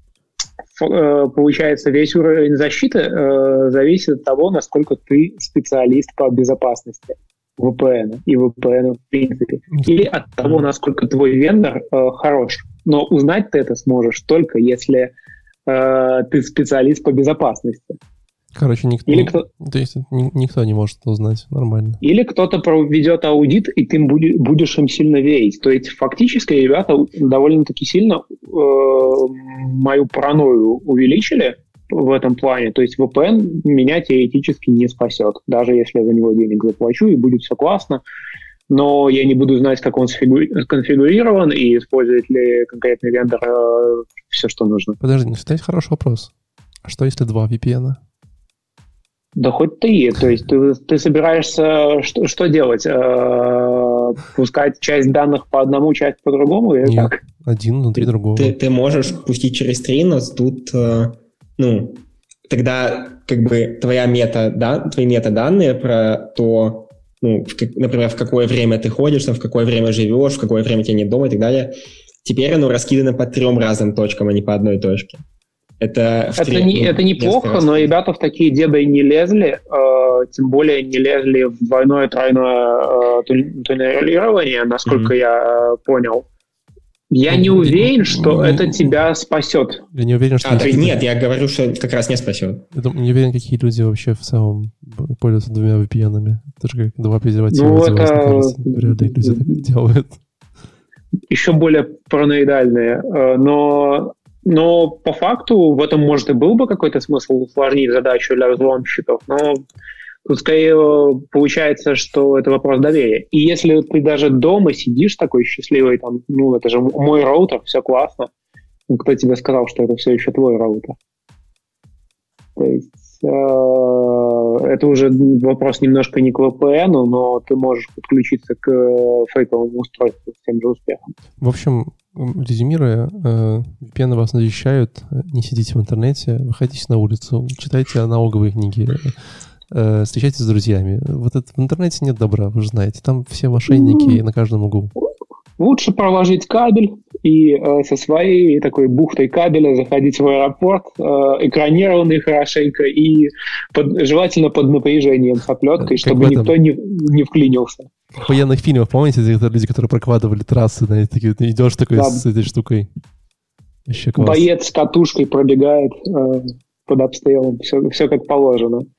получается, весь уровень защиты э, зависит от того, насколько ты специалист по безопасности ви пи эн и ви пи эн в принципе. Или от того, насколько твой вендор э, хорош. Но узнать ты это сможешь только если э, ты специалист по безопасности. Короче, никто, Или кто... то есть, никто не может это узнать нормально. Или кто-то проведет аудит, и ты будешь им сильно верить. То есть фактически ребята довольно-таки сильно э, мою паранойю увеличили в этом плане. То есть ви пи эн меня теоретически не спасет, даже если я за него денег заплачу, и будет все классно. Но я не буду знать, как он сконфигурирован, и использует ли конкретный вендор э, все, что нужно. Подожди, ну, кстати, хороший вопрос. А что если два ви пи эн? Да хоть три. То есть ты, ты собираешься что, что делать? Э-э- пускать часть данных по одному, часть по другому? Или Нет, как? один внутри ты, другого. Ты, ты можешь пустить через три, но тут, э, ну, тогда как бы твоя мета, да, твои метаданные про то, ну, в, например, в какое время ты ходишь, в какое время живешь, в какое время тебя нет дома и так далее, теперь оно раскидано по трем разным точкам, а не по одной точке. Это, это, три, не, ну, это неплохо, но ребята в такие дебри не лезли, э, тем более не лезли в двойное, тройное э, туннелирование, насколько mm-hmm. я э, понял. Я ну, не уверен, не, что не, это не, тебя спасет. Я не уверен, что... А, нет, нет, я говорю, что как раз не спасет. Я не уверен, какие люди вообще в целом пользуются двумя ви пи эн-ами. Это же как два презерватива. Ну, это... Вряд ли люди так делают. Еще более параноидальные, но... Но по факту в этом, может, и был бы какой-то смысл усложнить задачу для взломщиков, но тут скорее получается, что это вопрос доверия. И если ты даже дома сидишь такой счастливый, там, ну, это же мой роутер, все классно, ну, кто тебе сказал, что это все еще твой роутер? То есть э, это уже вопрос немножко не к ви пи эн, но ты можешь подключиться к фейковому устройству с тем же успехом. В общем, резюмируя, ви пи эн вас защищают, не сидите в интернете, выходите на улицу, читайте налоговые книги, встречайтесь с друзьями. Вот это, в интернете нет добра, вы же знаете, там все мошенники на каждом углу. Лучше проложить кабель и э, со своей такой бухтой кабеля заходить в аэропорт, э, экранированный хорошенько и под, желательно под напряжением с оплеткой, чтобы никто не, не вклинился. В военных фильмах, помните, люди, которые прокладывали трассы, знаете, такие, ты идешь такой да. с этой штукой. Еще класс. Боец с катушкой пробегает э, под обстрелом, все, все как положено.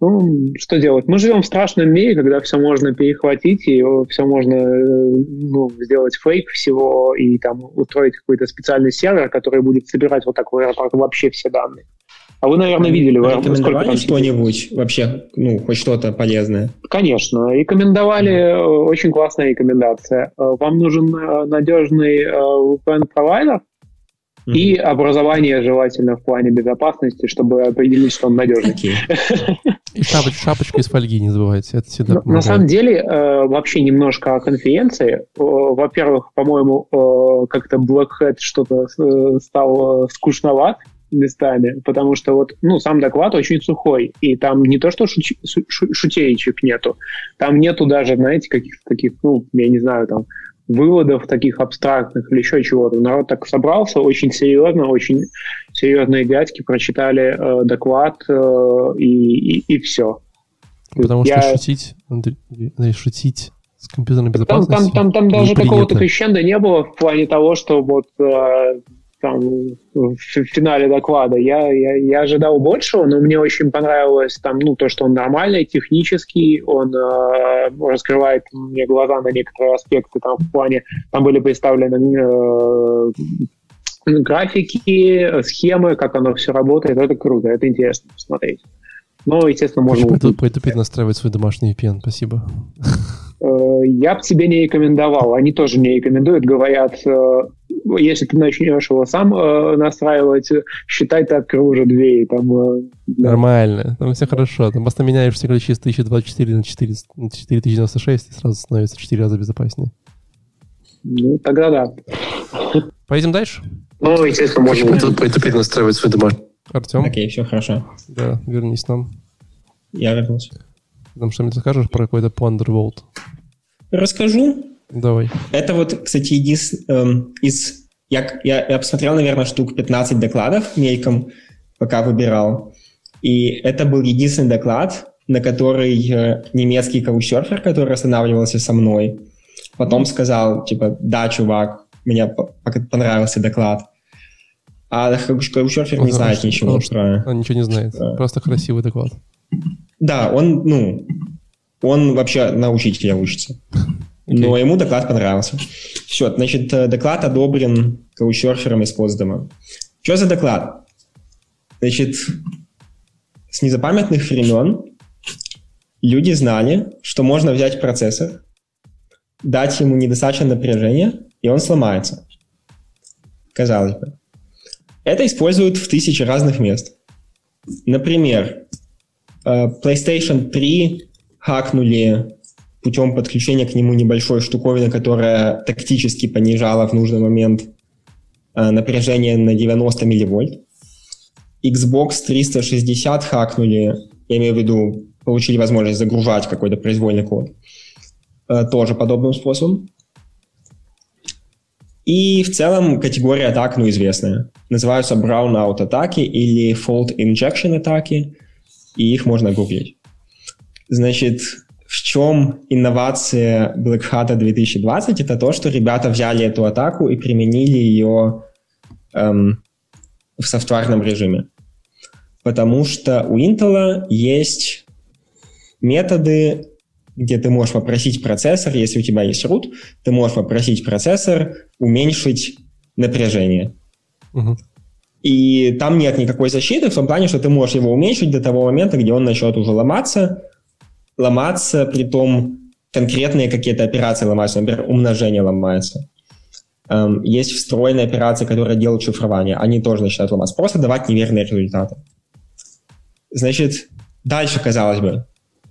Ну, что делать? Мы живем в страшном мире, когда все можно перехватить, и все можно ну, сделать фейк всего, и там устроить какой-то специальный сервер, который будет собирать вот так в аэропорту вообще все данные. А вы, наверное, видели... Рекомендовали там что-нибудь вообще, ну, хоть что-то полезное? Конечно. Рекомендовали, mm-hmm. очень классная рекомендация. Вам нужен надежный ви пи эн-провайдер, Mm-hmm. и образование желательно в плане безопасности, чтобы определить, что он надежный. Okay. И шапоч, шапочка из фольги, не забывайте. Это всегда помогает. На самом деле, э, вообще немножко о конференции. Э, во-первых, по-моему, э, как-то Black Hat что-то э, стал скучноват местами, потому что вот, ну, сам доклад очень сухой, и там не то, что шуч- шу- шутеечек нету, там нету даже, знаете, каких-то таких, ну, я не знаю, там, выводов таких абстрактных или еще чего-то. Народ так собрался очень серьезно, очень серьезные дядьки прочитали э, доклад э, и, и, и все. Потому Я... что шутить, Андрей, шутить с компьютерной безопасностью Там, там, там, там даже какого-то крещенда не было в плане того, что вот э, там, в финале доклада я, я, я ожидал большего, но мне очень понравилось там, ну, то, что он нормальный, технический, он э, раскрывает мне глаза на некоторые аспекты там, в плане, там были представлены э, графики, схемы, как оно все работает, это круто, это интересно посмотреть. Но, естественно, можно... Пойду, пойду теперь настраивать свой домашний ви пи эн, спасибо. Я бы тебе не рекомендовал. Они тоже не рекомендуют. Говорят, если ты начнешь его сам настраивать, считай, ты открыл уже двери. Там, да. Нормально. Там все хорошо. Там просто меняешь все ключи с тысяча двадцать четыре на четыре тысячи девяносто шесть, и сразу становится в четыре раза безопаснее. Ну, тогда да. Поедем дальше? Ну, естественно, можно. Пойду теперь настраивать свой домашний. Артем? Окей, все хорошо. Да, вернись к нам. Я вернулся. Нам что-нибудь расскажешь про какой-то Ponderbolt? Расскажу. Давай. Это вот, кстати, из... Эм, из я, я, я посмотрел, наверное, штук пятнадцать докладов мельком, пока выбирал. И это был единственный доклад, на который э, немецкий каучсерфер, который останавливался со мной, потом сказал, типа, да, чувак, мне понравился доклад. А каучсерфер не знает он, ничего он, про... Он ничего не знает, да. Просто красивый доклад. Да, он, ну, он вообще на учителя учится. Okay. Но ему доклад понравился. Все, значит, доклад одобрен каучсерфером из Потсдама. Что за доклад? Значит, с незапамятных времен люди знали, что можно взять процессор, дать ему недостаточное напряжение, и он сломается. Казалось бы. Это используют в тысячи разных мест. Например, PlayStation три хакнули путем подключения к нему небольшой штуковины, которая тактически понижала в нужный момент напряжение на девяносто милливольт. Xbox триста шестьдесят хакнули, я имею в виду, получили возможность загружать какой-то произвольный код. Тоже подобным способом. И в целом категория атак, ну, известная. Называются brownout атаки или fault injection атаки, и их можно гуглить. Значит, в чем инновация Black Hat две тысячи двадцать? Это то, что ребята взяли эту атаку и применили ее эм, в софтварном режиме. Потому что у Intel есть методы, где ты можешь попросить процессор, если у тебя есть root, ты можешь попросить процессор уменьшить напряжение. Uh-huh. И там нет никакой защиты в том плане, что ты можешь его уменьшить до того момента, где он начнет уже ломаться. Ломаться, притом конкретные какие-то операции ломаются, например, умножение ломается. Эм, есть встроенные операции, которые делают шифрование, они тоже начинают ломаться. Просто давать неверные результаты. Значит, дальше, казалось бы,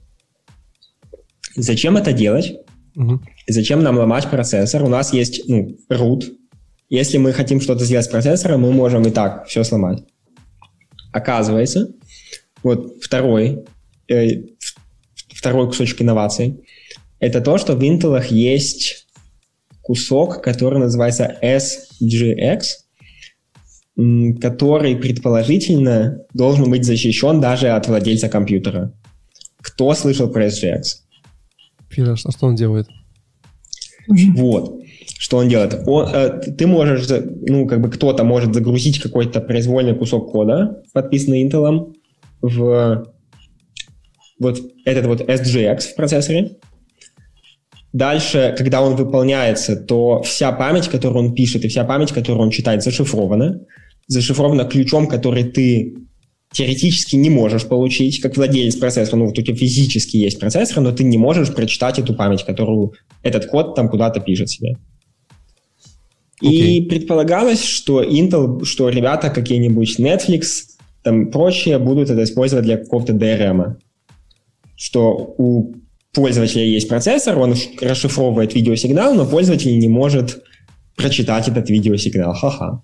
зачем это делать? Uh-huh. Зачем нам ломать процессор? У нас есть, ну, root. Если мы хотим что-то сделать с процессором, мы можем и так все сломать. Оказывается, вот второй, э, второй кусочек инноваций, это то, что в Intel есть кусок, который называется эс джи экс, который предположительно должен быть защищен даже от владельца компьютера. Кто слышал про эс джи экс? Фира, а что он делает? Вот. Что он делает? Он, э, ты можешь, ну, как бы кто-то может загрузить какой-то произвольный кусок кода, подписанный Intel, в вот этот вот эс джи экс в процессоре. Дальше, когда он выполняется, то вся память, которую он пишет, и вся память, которую он читает, зашифрована. Зашифрована ключом, который ты теоретически не можешь получить, как владелец процессора. Ну, вот у тебя физически есть процессор, но ты не можешь прочитать эту память, которую этот код там куда-то пишет себе. Okay. И предполагалось, что Intel, что ребята какие-нибудь Netflix, там прочие будут это использовать для какого-то ди ар эм. Что у пользователя есть процессор, он расшифровывает видеосигнал, но пользователь не может прочитать этот видеосигнал. Ха-ха.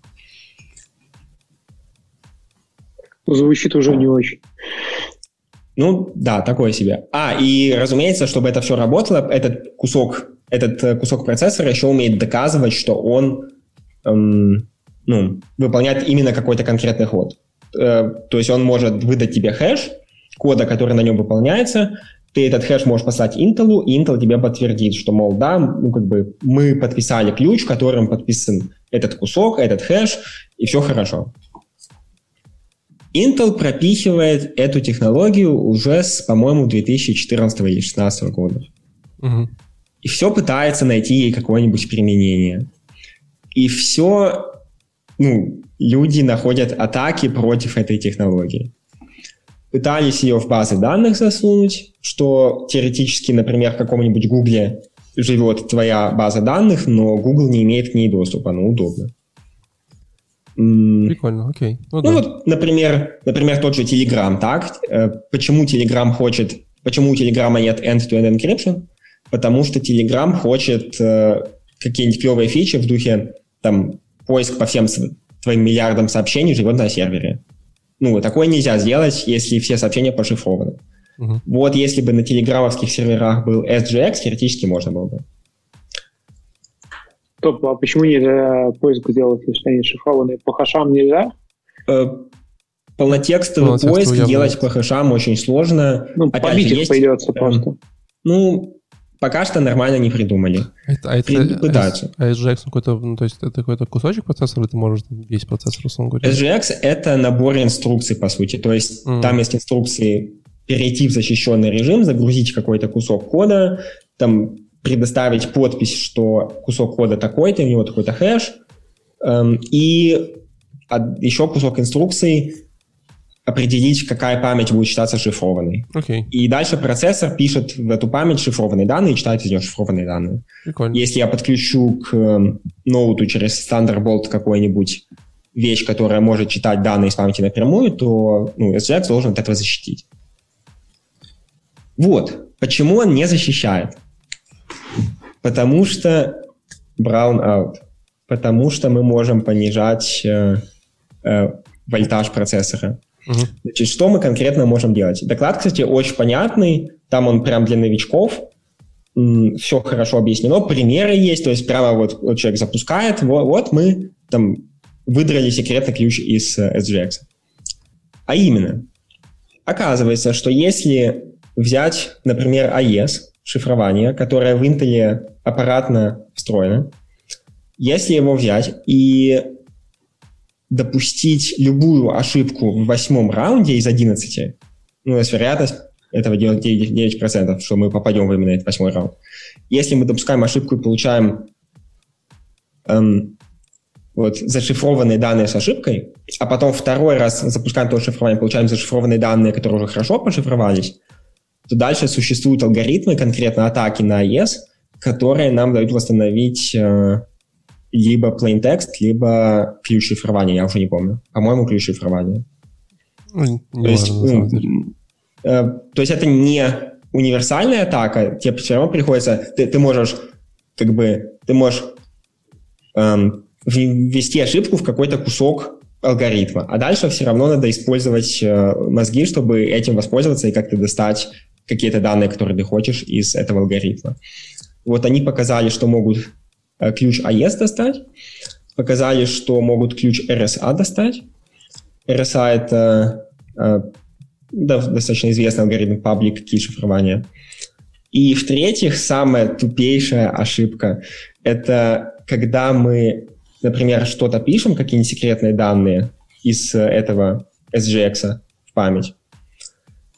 Звучит уже не очень. Ну, да, такое себе. А, и, разумеется, чтобы это все работало, этот кусок, этот кусок процессора еще умеет доказывать, что он эм, ну, выполняет именно какой-то конкретный ход. Э, то есть он может выдать тебе хэш кода, который на нем выполняется. Ты этот хэш можешь послать Intel, и Intel тебе подтвердит, что, мол, да, ну, как бы мы подписали ключ, которым подписан этот кусок, этот хэш, и все хорошо. Intel пропихивает эту технологию уже с, по-моему, две тысячи четырнадцатого или две тысячи шестнадцатого года. Угу. И все пытается найти ей какое-нибудь применение. И все, ну, люди находят атаки против этой технологии. Пытались ее в базы данных засунуть, что теоретически, например, в каком-нибудь Гугле живет твоя база данных, но Google не имеет к ней доступа, ну, удобно. Прикольно, окей. Ну, ну да. Вот, например, например, тот же Telegram, так? Почему Telegram хочет, почему у Telegram нет end-to-end encryption? Потому что Telegram хочет э, какие-нибудь клевые фичи в духе, там, поиск по всем твоим миллиардам сообщений живет на сервере. Ну, такое нельзя сделать, если все сообщения пошифрованы. Угу. Вот если бы на телеграммовских серверах был эс джи экс, теоретически можно было бы. Стоп, а почему нельзя поиск сделать, если они шифрованные? По хэшам нельзя? Э, полнотекстовый Полнотекстовый поиск явно. Делать по хэшам очень сложно. Ну, Опять побить же, их есть, придется э, просто. Ну, пока что нормально не придумали. Это, а это, пытаются. А эс джи экс какой-то, ну, то есть это какой-то кусочек процессора, или ты можешь весь процессор, условно говоря? эс джи экс — это набор инструкций, по сути. То есть mm. там есть инструкции перейти в защищенный режим, загрузить какой-то кусок кода, там предоставить подпись, что кусок кода такой-то, у него такой-то хэш, эм, и еще кусок инструкций определить, какая память будет считаться шифрованной. Okay. И дальше процессор пишет в эту память шифрованные данные и читает из нее шифрованные данные. Прикольно. Если я подключу к э, ноуту через Thunderbolt какую-нибудь вещь, которая может читать данные из памяти напрямую, то ну, эс джи экс должен от этого защитить. Вот. Почему он не защищает? Потому что brown out. Потому что мы можем понижать э, э, вольтаж процессора. Uh-huh. Значит, что мы конкретно можем делать? Доклад, кстати, очень понятный. Там он прям для новичков. М- все хорошо объяснено. Примеры есть. То есть прямо вот, вот человек запускает. Вот, вот мы там выдрали секретный ключ из э, эс джи экс. А именно, оказывается, что если взять, например, эй и эс, шифрование, которое в Intel аппаратно встроено, если его взять и допустить любую ошибку в восьмом раунде из одиннадцати, ну, у нас вероятность этого делать девять процентов, что мы попадем в именно этот восьмой раунд. Если мы допускаем ошибку и получаем эм, вот, зашифрованные данные с ошибкой, а потом второй раз запускаем то шифрование, получаем зашифрованные данные, которые уже хорошо пошифровались, то дальше существуют алгоритмы, конкретно атаки на эй и эс, которые нам дают восстановить э, либо plain text, либо ключ шифрования, я уже не помню. По-моему, ключ шифрования. Ну, то, есть, ну, э, то есть это не универсальная атака, тебе все равно приходится... Ты, ты можешь как бы... Ты можешь эм, ввести ошибку в какой-то кусок алгоритма, а дальше все равно надо использовать э, мозги, чтобы этим воспользоваться и как-то достать какие-то данные, которые ты хочешь из этого алгоритма. Вот они показали, что могут э, ключ эй и эс достать, показали, что могут ключ эр эс эй достать. эр эс эй — это э, да, достаточно известный алгоритм public key шифрования. И в-третьих, самая тупейшая ошибка — это когда мы, например, что-то пишем, какие-нибудь секретные данные из этого эс джи экс в память.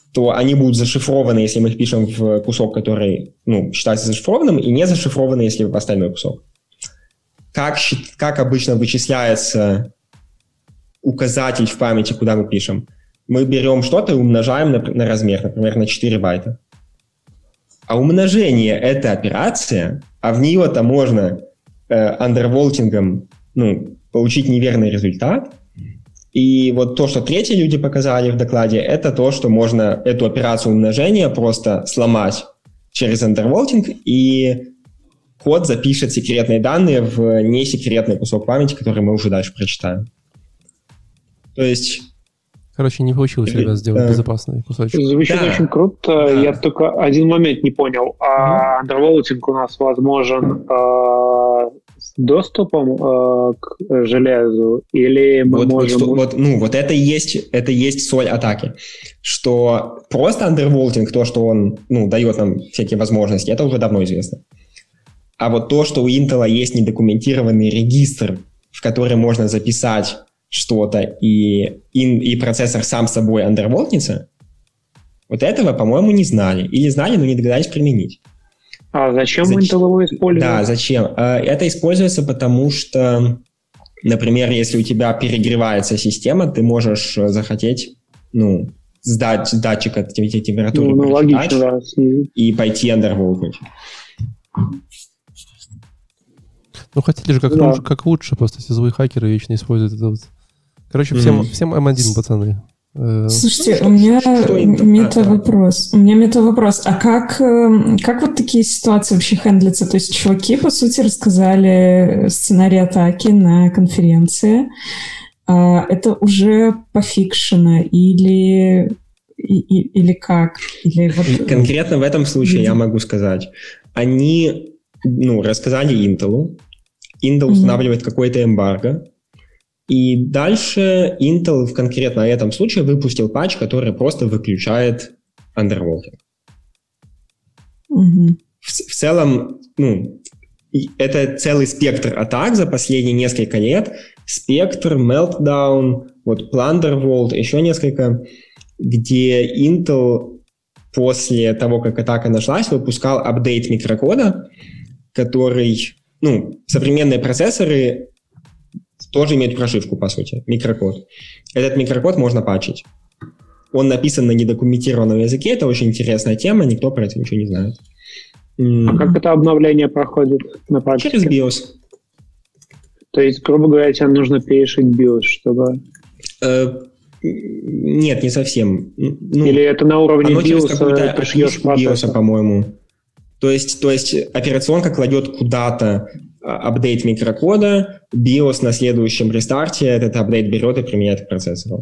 то они будут зашифрованы, если мы их пишем в кусок, который, ну, считается зашифрованным, и не зашифрованы, если в остальной кусок. Как, как обычно вычисляется указатель в памяти, куда мы пишем? Мы берем что-то и умножаем на, на размер, например, на четыре байта. А умножение — это операция, а в нее-то можно э, андерволтингом, ну, получить неверный результат. И вот то, что третьи люди показали в докладе, это то, что можно эту операцию умножения просто сломать через андерволтинг, и код запишет секретные данные в несекретный кусок памяти, который мы уже дальше прочитаем. То есть... Короче, не получилось, ребят, сделать да. безопасный кусочек. Звучит да. очень круто. Да. Я только один момент не понял. А андерволтинг у нас возможен э, с доступом э, к железу? Или мы вот, можем... Вот, вот, ну, вот это и есть, это и есть соль атаки. Что просто андерволтинг, то, что он ну, дает нам всякие возможности, это уже давно известно. А вот то, что у Intel есть недокументированный регистр, в который можно записать что-то, и, и, и процессор сам собой андерволтнется, вот этого, по-моему, не знали. Или знали, но не догадались применить. А зачем Зач... Intel его использует? Да, зачем? Это используется потому, что, например, если у тебя перегревается система, ты можешь захотеть, ну, сдать датчик от температуры, ну, ну, логично, да. И пойти андерволтнуть. Ну, хотели же как, да. лучше, как лучше, просто эти злые хакеры вечно используют это вот. Короче, всем, mm-hmm. всем эм один, пацаны. Слушайте, ну, у меня мета-вопрос. У меня мета-вопрос. А как, как вот такие ситуации вообще хендлятся? То есть чуваки, по сути, рассказали сценарий атаки на конференции. Это уже пофикшено или, или как? Или вот... Конкретно в этом случае я могу сказать. Они ну, рассказали Intel. Intel mm-hmm. устанавливает какой-то эмбарго. И дальше Intel в конкретно этом случае выпустил патч, который просто выключает андерволтинг. Mm-hmm. В, в целом, ну, это целый спектр атак за последние несколько лет. Спектр, Meltdown, вот Plundervault, еще несколько, где Intel после того, как атака нашлась, выпускал апдейт микрокода, который, ну, современные процессоры тоже имеют прошивку, по сути, микрокод. Этот микрокод можно патчить. Он написан на недокументированном языке, это очень интересная тема, никто про это ничего не знает. А как это обновление проходит на практике? Через BIOS. То есть, грубо говоря, тебе нужно перешить BIOS, чтобы... Э, нет, не совсем. Ну, или это на уровне BIOS ты шьешь BIOS, по-моему. То есть, то есть операционка кладет куда-то апдейт микрокода, BIOS на следующем рестарте этот апдейт берет и применяет к процессору.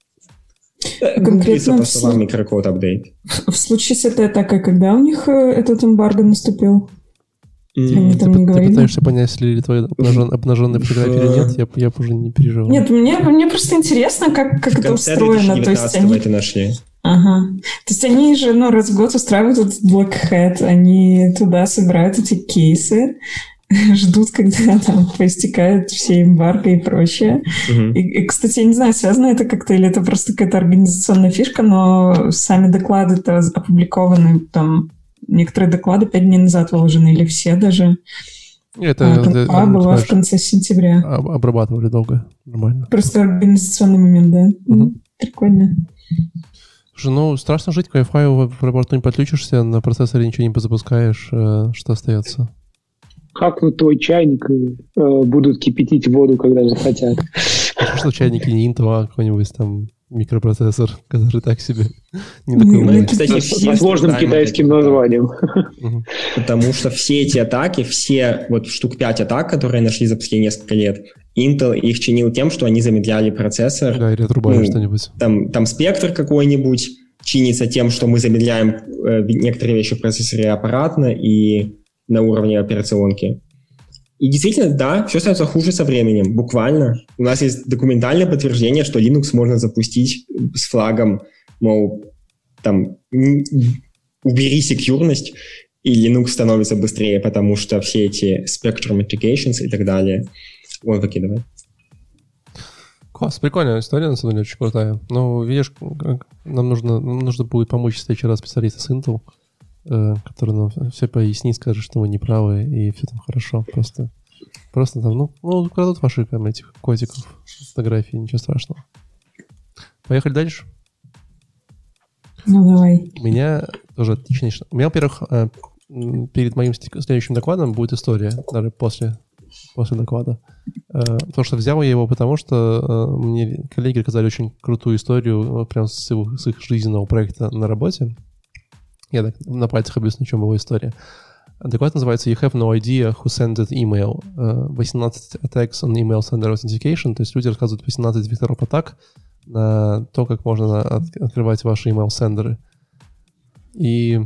Конкретно по словам микрокод апдейт. В случае с этой атакой, когда у них этот эмбарго наступил? Mm. Они там ты, не ты говорили? пытаешься понять, если твои обнажен, обнаженные фотографии или нет, я, я уже не переживаю. Нет, мне, мне просто интересно, как, как это устроено. То есть они... это нашли. Ага. То есть они же ну, раз в год устраивают этот Black Hat, они туда собирают эти кейсы, ждут, когда там поистекают все эмбарго и прочее. Uh-huh. И, и, кстати, я не знаю, связано это как-то или это просто какая-то организационная фишка, но сами доклады-то опубликованы, там некоторые доклады пять дней назад выложены, или все даже. Это, а, это, а была знаешь, в конце сентября. Обрабатывали долго, нормально. Просто организационный момент, да. Uh-huh. Прикольно. Слушай, ну, страшно жить, к Wi-Fi в аэропорту не подключишься, на процессоре ничего не запускаешь, что остается? Как вот твой чайник э, будут кипятить воду, когда захотят? А что в чайнике не Intel, а какой-нибудь там микропроцессор, который так себе не такой умный. Кстати, с сложным китайским названием. Потому что все эти атаки, все вот штук пять атак, которые нашли за последние несколько лет, Intel их чинил тем, что они замедляли процессор. Да, или отрубали ну, что-нибудь. Там, там спектр какой-нибудь чинится тем, что мы замедляем э, некоторые вещи в процессоре аппаратно и на уровне операционки. И действительно, да, все становится хуже со временем, буквально. У нас есть документальное подтверждение, что Linux можно запустить с флагом, мол, там, убери секьюрность, и Linux становится быстрее, потому что все эти spectrum mitigations и так далее он выкидывает. Класс, прикольная история, на самом деле, очень крутая. Ну, видишь, нам нужно, нам нужно будет помочь в следующий раз специалиста с Intel, э, который нам все пояснит, скажет, что вы неправы, и все там хорошо. Просто, просто там, ну, ну крадут ваши там, этих котиков, фотографии, ничего страшного. Поехали дальше. Ну, давай. У меня тоже отлично. У меня, во-первых, э, перед моим следующим докладом будет история, даже после, после доклада. Потому что взял я его, потому что мне коллеги рассказали очень крутую историю прям с их, с их жизненного проекта на работе. Я так на пальцах объясню, в чем была история. Доклад называется «You have no idea who sent that email». восемнадцать attacks on email sender authentication. То есть люди рассказывают восемнадцать векторов атак на то, как можно от- открывать ваши email-сендеры. И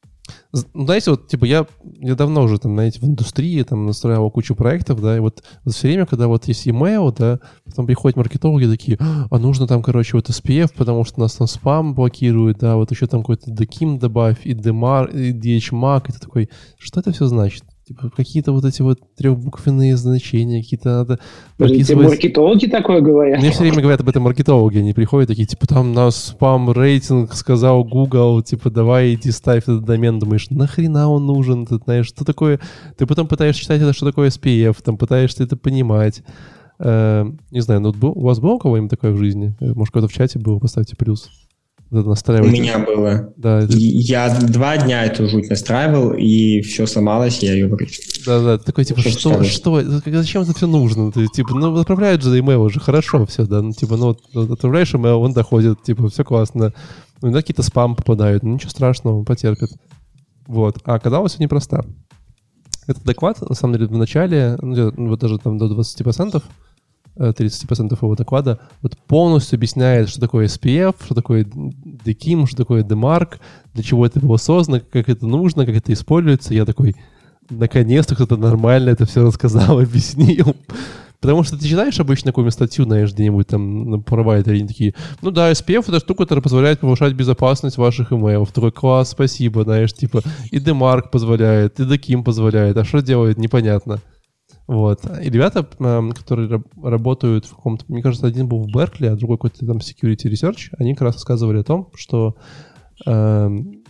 знаете, вот, типа, я, я давно уже, там, знаете, в индустрии, там, настраивал кучу проектов, да, и вот, вот все время, когда вот есть email, да, потом приходят маркетологи такие, а нужно там, короче, вот эс пи эф, потому что нас там спам блокирует, да, вот еще там какой-то деким добавь, и демар, и ди эйч мак, и ты такой, что это все значит? Типа, какие-то вот эти вот трехбуквенные значения, какие-то надо... Подождите, маркетологи такое говорят? Мне все время говорят об этом маркетологи, они приходят такие, типа, там нас спам-рейтинг сказал Google, типа, давай иди ставь этот домен, думаешь, нахрена он нужен, ты знаешь, что такое... Ты потом пытаешься читать это, что такое эс пи эф, там пытаешься это понимать. Э, не знаю, ну, у вас было у кого-нибудь такое в жизни? Может, кто-то в чате был, поставьте плюс. У меня было. Да, это... Я два дня эту жуть настраивал, и все сломалось, я ее выкрутил. Да-да, ты такой, типа, что, что, что, зачем это все нужно? Ты, типа, ну, отправляют же имейл уже, хорошо все, да, ну, типа, ну, отправляешь имейл, он доходит, типа, все классно. Ну, иногда какие-то спам попадают, ну, ничего страшного, потерпит. Вот, а оказалось, все непросто. Этот доклад, на самом деле, в начале, ну, вот даже там до двадцать процентов, тридцать процентов его доклада вот полностью объясняет, что такое эс пи эф, что такое деким, что такое демарк, для чего это было создано, как это нужно, как это используется. Я такой, наконец-то кто-то нормально это все рассказал, объяснил. Потому что ты читаешь обычно какую-нибудь статью, знаешь, где-нибудь там на провайдере, они такие, ну да, эс пи эф — это штука, которая позволяет повышать безопасность ваших имейлов. Такой, класс, спасибо, знаешь, типа, и демарк позволяет, и деким позволяет, а что делает, непонятно. Вот. И ребята, которые работают в каком-то... Мне кажется, один был в Беркли, а другой какой-то там security research, они как раз рассказывали о том, что э,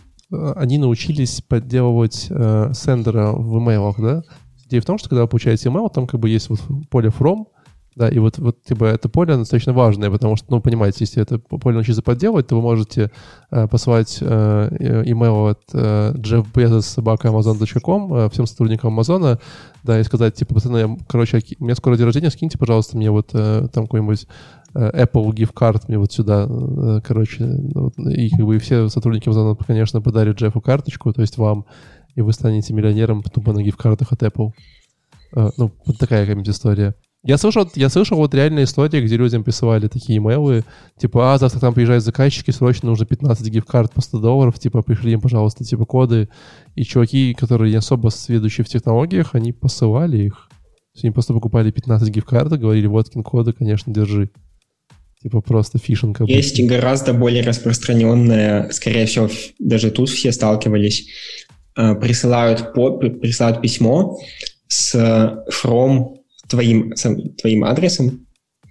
они научились подделывать э, сендера в имейлах, да? Идея в том, что когда вы получаете имейл, там как бы есть вот поле from, да, и вот, вот типа, это поле достаточно важное, потому что, ну, понимаете, если это поле научиться подделывать, то вы можете э, послать э, имейл от э, джефф безос собака амазон точка ком э, всем сотрудникам Амазона, да, и сказать, типа, пацаны, короче, у меня скоро день рождения, скиньте, пожалуйста, мне вот э, там какой-нибудь э, Apple gift card мне вот сюда, э, короче, вот, и как бы все сотрудники Амазона, конечно, подарят Джеффу карточку, то есть вам, и вы станете миллионером тупо на гифт-картах от Apple. Э, ну, вот такая какая-нибудь история. Я слышал, я слышал вот реальные истории, где людям присылали такие имейлы, типа, а, завтра там приезжают заказчики, срочно нужно пятнадцать гифт-карт по сто долларов, типа, пришли им, пожалуйста, типа, коды. И чуваки, которые не особо сведущие в технологиях, они посылали их. То есть они просто покупали пятнадцать гифт-карт и говорили, вот кин-коды, конечно, держи. Типа, просто фишинг. Есть гораздо более распространенная, скорее всего, даже тут все сталкивались, присылают, под, присылают письмо с from твоим, твоим адресом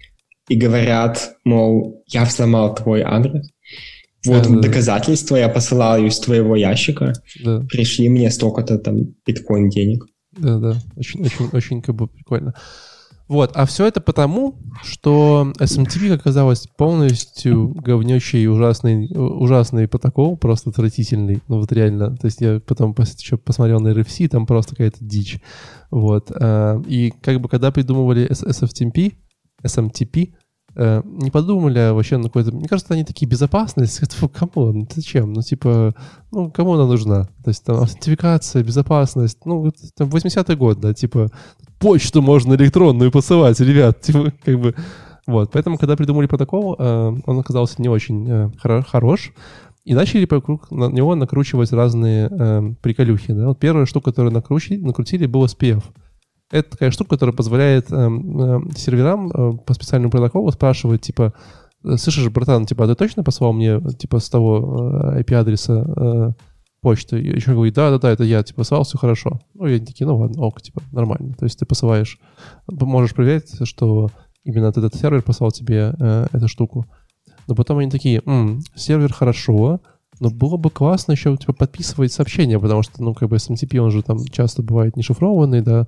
и говорят, мол, я взломал твой адрес. Вот да, доказательства, да. Я посылаю из твоего ящика. Да. Пришли мне столько-то там биткоин денег. Да-да, очень-очень очень как бы прикольно. Вот, а все это потому, что эс эм ти пи оказалось полностью говнючий, ужасный, ужасный протокол, просто отвратительный, ну вот реально. То есть я потом еще посмотрел на эр эф си, там просто какая-то дичь. Вот, и как бы когда придумывали эс эф ти пи, эс эм ти пи, не подумали вообще на какой-то... Мне кажется, они такие, безопасность, это, камон, зачем? Ну, типа, ну, кому она нужна? То есть там аутентификация, безопасность, ну, там восьмидесятый год, да, типа, почту можно электронную посылать, ребят, типа, как бы... Вот, поэтому, когда придумали протокол, он оказался не очень хорош, и начали вокруг него накручивать разные приколюхи, да. Вот первая штука, которую накрутили, накрутили, был эс пи эф. Это такая штука, которая позволяет э, э, серверам э, по специальному протоколу спрашивать, типа, слышишь, братан, типа, а ты точно послал мне, типа, с того э, ай пи-адреса э, почты? И еще говорит, да-да-да, это я, типа, послал, все хорошо. Ну, я такие, ну ладно, ок, типа, нормально. То есть ты посылаешь, можешь проверить, что именно этот сервер послал тебе э, эту штуку. Но потом они такие, м, сервер хорошо, но было бы классно еще типа, подписывать сообщения, потому что, ну, как бы эс эм ти пи, он же там часто бывает не шифрованный, да,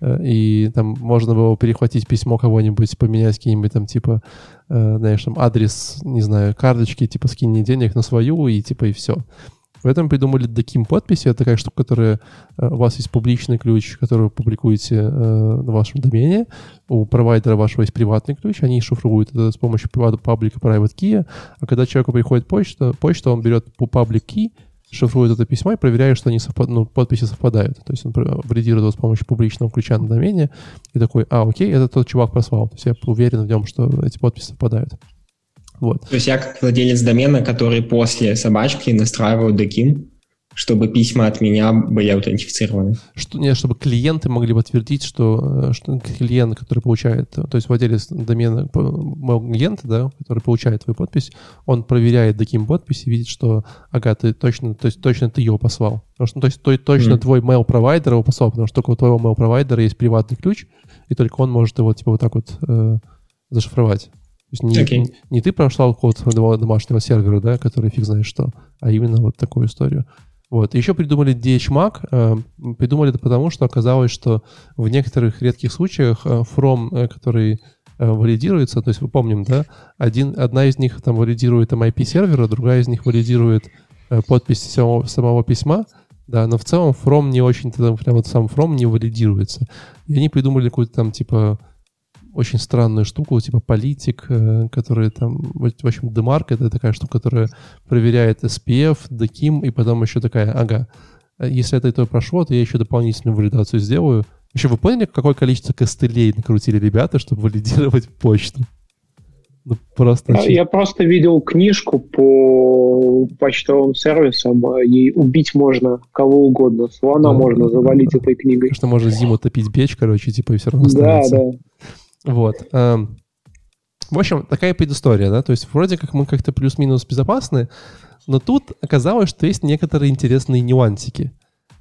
и там можно было перехватить письмо кого-нибудь, поменять какие-нибудь там, типа, э, знаешь, там адрес, не знаю, карточки, типа, скинь мне денег на свою, и типа, и все. Поэтому придумали Даким подписи. Это такая штука, которая... У вас есть публичный ключ, который вы публикуете э, на вашем домене. У провайдера вашего есть приватный ключ. Они шифруют это с помощью public private key. А когда человеку приходит почта, почта он берет по public key, шифрует это письмо и проверяет, что они совпад... ну, подписи совпадают. То есть он валидирует его с помощью публичного ключа на домене и такой, а, окей, это тот чувак послал. То есть я уверен в нем, что эти подписи совпадают. Вот. То есть я как владелец домена, который после собачки настраиваю Даким, чтобы письма от меня были аутентифицированы. Что, нет, чтобы клиенты могли подтвердить, что, что клиент, который получает, то есть владелец домена, клиента, да, который получает твою подпись, он проверяет Даким подпись и видит, что, ага, ты точно, то есть точно ты его послал. Потому что, ну, то есть то, точно mm. твой mail-провайдер его послал, потому что только у твоего mail-провайдера есть приватный ключ, и только он может его типа вот так вот э, зашифровать. То есть не, okay. не, не ты прослал код своего домашнего сервера, да, который фиг знает что, а именно вот такую историю. Вот. Еще придумали ди эйч мак. Э, придумали это потому, что оказалось, что в некоторых редких случаях э, from, э, который э, валидируется, то есть мы помним, да, один, одна из них там валидирует эм ай пи-сервера, другая из них валидирует э, подпись самого, самого письма, да, но в целом from не очень-то, там, прям вот сам from не валидируется. И они придумали какую-то там типа очень странную штуку, типа политик, э, который там, в общем, демарк, это такая штука, которая проверяет эс пи эф, Даким, и потом еще такая, ага, если это и то прошло, то я еще дополнительную валидацию сделаю. Вообще, вы поняли, какое количество костылей накрутили ребята, чтобы валидировать почту? Ну, просто... Я просто видел книжку по почтовым сервисам, ей убить можно кого угодно, слона да, можно завалить да. этой книгой. Конечно, можно зиму топить печь, короче, типа, и все равно Да, останется. да. Вот. В общем, такая предыстория, да, то есть вроде как мы как-то плюс-минус безопасны, но тут оказалось, что есть некоторые интересные нюансики.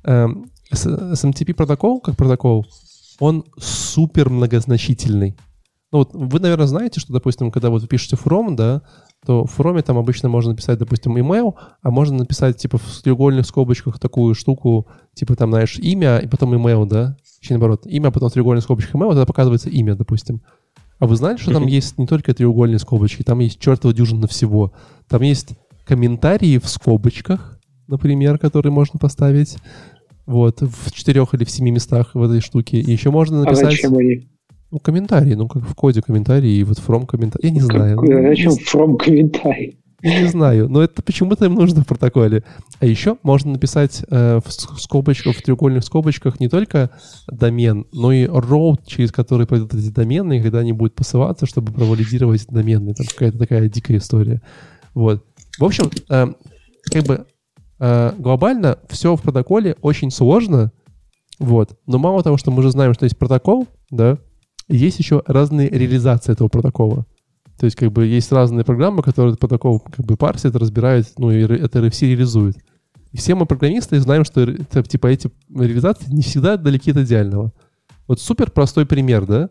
эс эм ти пи протокол, как протокол, он супер многозначительный. Ну вот вы, наверное, знаете, что, допустим, когда вот вы пишете from, да, то в from там обычно можно написать, допустим, email, а можно написать, типа, в треугольных скобочках такую штуку, типа, там, знаешь, имя, и потом email, да? Еще наоборот, имя, а потом в треугольных скобочках email, тогда показывается имя, допустим. А вы знаете, что там есть не только треугольные скобочки, там есть чертова дюжина всего. Там есть комментарии в скобочках, например, которые можно поставить, вот, в четырех или в семи местах в этой штуке. И еще можно написать... А зачем они? Ну, комментарии, ну, как в коде комментарии, и вот from комментарий. Я не знаю. Как, зачем from комментарий? Я не знаю, но это почему-то им нужно в протоколе. А еще можно написать э, в скобочках, в треугольных скобочках не только домен, но и route, через который пойдут эти домены, и когда они будут посылаться, чтобы провалидировать доменные. Там какая-то такая дикая история. Вот. В общем, э, как бы э, глобально все в протоколе очень сложно, вот. Но мало того, что мы уже знаем, что есть протокол, да, есть еще разные реализации этого протокола. То есть, как бы, есть разные программы, которые этот протокол, как бы, парсят, разбирают, ну, и это эр эф си реализует. И все мы, программисты, знаем, что, это, типа, эти реализации не всегда далеки от идеального. Вот супер простой пример, да?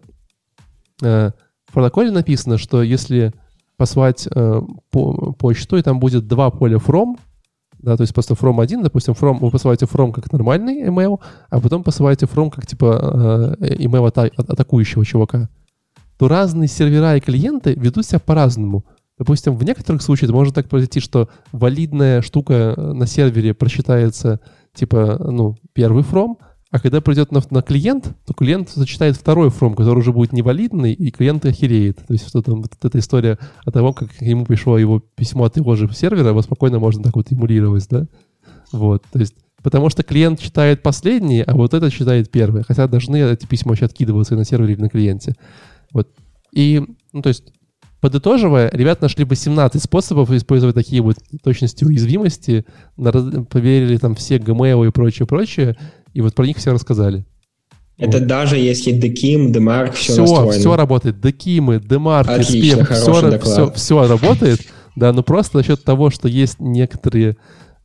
В протоколе написано, что если послать по почту, и там будет два поля from, да, то есть просто from один, допустим, from, вы посылаете from как нормальный email, а потом посылаете from как, типа, email ата- атакующего чувака, то разные сервера и клиенты ведут себя по-разному. Допустим, в некоторых случаях может так произойти, что валидная штука на сервере прочитается, типа, ну, первый from, а когда придет на, на клиент, то клиент зачитает второй from, который уже будет невалидный, и клиент охереет. То есть что там, вот эта история о том, как ему пришло его письмо от его же сервера, его спокойно можно так вот эмулировать, да? Вот, то есть, потому что клиент читает последний, а вот этот читает первый, хотя должны эти письма вообще откидываться и на сервере, или на клиенте. Вот. И, ну, то есть, подытоживая, ребята нашли восемнадцать способов использовать такие вот точности уязвимости, проверили там все Gmail и прочее-прочее, и вот про них все рассказали. Это вот. Даже если Dkim, Demark, все, все настроено. Все работает. Декимы, Demark, спем, все, все, все работает. Да, но просто за счет того, что есть некоторые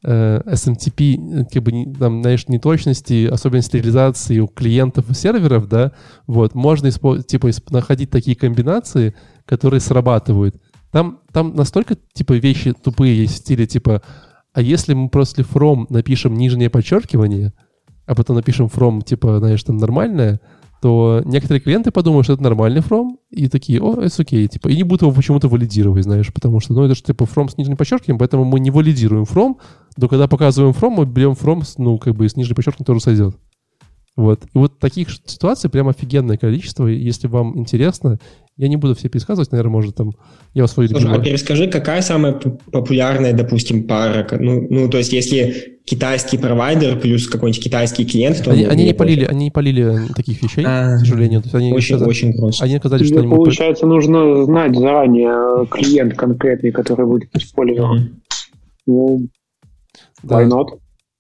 э, эс эм ти пи, как бы, не, там, знаешь, неточности, особенности реализации у клиентов и серверов, да, вот, можно использовать, типа, находить такие комбинации, которые срабатывают. Там, там настолько, типа, вещи тупые есть в стиле, типа, а если мы после from напишем нижнее подчеркивание, а потом напишем from, типа, знаешь, там, нормальное, то некоторые клиенты подумают, что это нормальный from, и такие, о, это окей, типа, и не будут его почему-то валидировать, знаешь, потому что, ну, это же, типа, from с нижним подчеркиванием, поэтому мы не валидируем from, но когда показываем from, мы берем from, ну, как бы, с нижним подчеркиванием тоже сойдет. Вот. И вот таких ситуаций прям офигенное количество, и если вам интересно, я не буду все пересказывать, наверное, может, там, я у своей... Слушай, а перескажи, какая самая популярная, допустим, пара? Ну, ну, то есть, если китайский провайдер плюс какой-нибудь китайский клиент, то... Они, они, не, полили, они не полили таких вещей, а, к сожалению. То есть они очень, сказали, очень грустно. Они сказали, что они... Получается, нужно знать заранее клиент конкретный, который будет использован. Mm-hmm. Ну, да. Why not?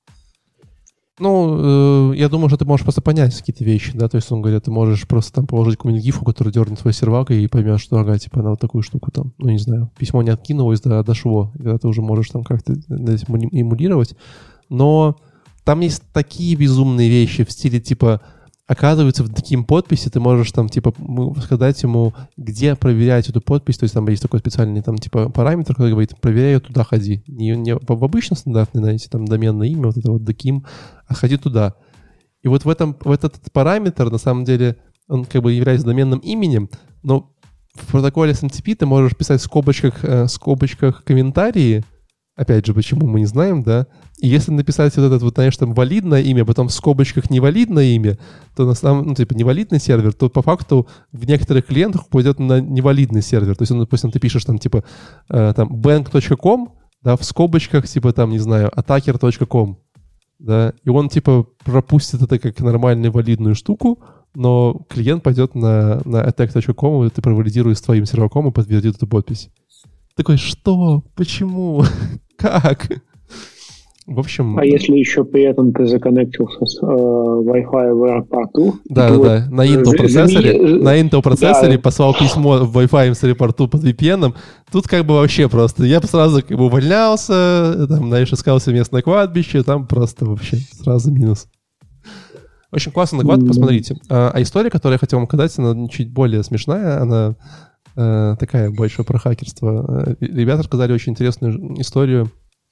Ну, э, я думаю, что ты можешь просто понять какие-то вещи, да, то есть, он говорит, ты можешь просто там положить какую-нибудь гифу, которая дернет твой сервак, и поймешь, что, ага, типа, на вот такую штуку там, ну, не знаю, письмо не откинулось, да, дошло, и когда ты уже можешь там как-то эмулировать, но там есть такие безумные вещи в стиле, типа, оказывается, в таким подписи ты можешь там, типа, сказать ему, где проверять эту подпись, то есть там есть такой специальный, там, типа, параметр, который говорит, проверяй ее, туда ходи. Не, не в обычно стандартное, знаете, там, доменное имя, вот это вот доким, а ходи туда. И вот в этом, в этот параметр, на самом деле, он как бы является доменным именем, но в протоколе эс эм ти пи ты можешь писать в скобочках, э, в скобочках комментарии, опять же, почему мы не знаем, да, и если написать вот это вот, знаешь, там, валидное имя, потом в скобочках невалидное имя, то на самом, ну, типа, невалидный сервер, то по факту в некоторых клиентах пойдет на невалидный сервер. То есть, ну, допустим, ты пишешь там, типа, э, там, bank точка com, да, в скобочках, типа, там, не знаю, attacker точка com, да, и он, типа, пропустит это как нормальную валидную штуку, но клиент пойдет на, на attack точка com, и ты провалидируешь с твоим серваком и подтвердит эту подпись. Такой, что? Почему? Как? В общем... А если еще при этом ты законнектился с э, Wi-Fi в аэропорту? Да, да, да. На Intel процессоре, зами... на Intel процессоре да. послал письмо в Wi-Fi с аэропорту под ви пи эн. Тут как бы вообще просто. Я сразу как бы увольнялся, там, знаешь, искал себе местное кладбище, там просто вообще сразу минус. Очень классный доклад, mm-hmm. посмотрите. А, а история, которую я хотел вам сказать, она чуть более смешная, она э, такая больше про хакерство. Ребята рассказали очень интересную историю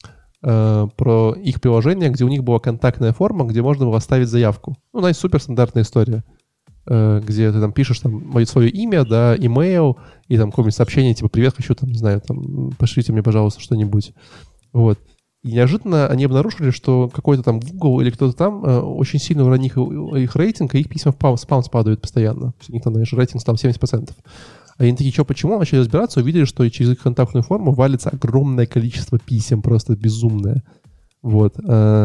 про их приложение, где у них была контактная форма, где можно было оставить заявку. Ну, знаете, суперстандартная история, где ты там пишешь там свое имя, да, имейл, и там какое-нибудь сообщение, типа, привет, хочу, там, не знаю, там, пошлите мне, пожалуйста, что-нибудь. Вот. И неожиданно они обнаружили, что какой-то там Google или кто-то там очень сильно уронил их, их рейтинг, и их письма в спам спадают постоянно. У них там, знаешь, рейтинг стал семьдесят процентов. А они такие, что, почему? Начали разбираться, увидели, что через их контактную форму валится огромное количество писем, просто безумное. Вот.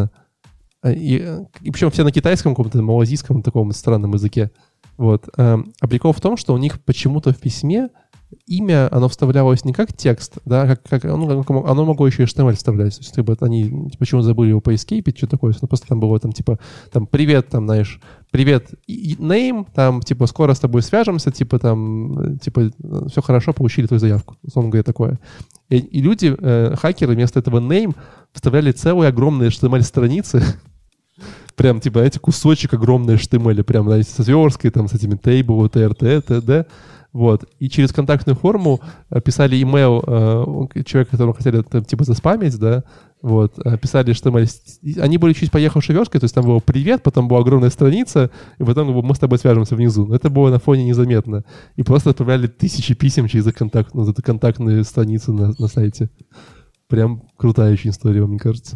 И, и причем все на китайском, каком-то малазийском таком странном языке. Вот. А прикол в том, что у них почему-то в письме имя, оно вставлялось не как текст, да, как, как оно, оно могло еще и эйч ти эм эль вставлять. То есть, как бы, они почему-то забыли его поэскейпить, что такое. Ну, просто там было там, типа, там, привет, там, знаешь, привет, name, там, типа, скоро с тобой свяжемся, типа, там, типа, все хорошо, получили твою заявку. Условно говоря, такое. И, и люди, э, хакеры, вместо этого name вставляли целые огромные эйч ти эм эль-страницы, прям, типа, эти кусочек огромные эйч ти эм эль, прям, знаете, со сверсткой, там, с этими table, trt, td. Вот. И через контактную форму писали имейл э, человека, которого хотели там, типа заспамить, да, вот, писали, что мы... Они были чуть поехавшей версткой, то есть там было «Привет», потом была огромная страница, и потом мы с тобой свяжемся внизу. Но это было на фоне незаметно. И просто отправляли тысячи писем через контакт, ну, это контактные страницы на, на сайте. Прям крутая очень история, мне кажется.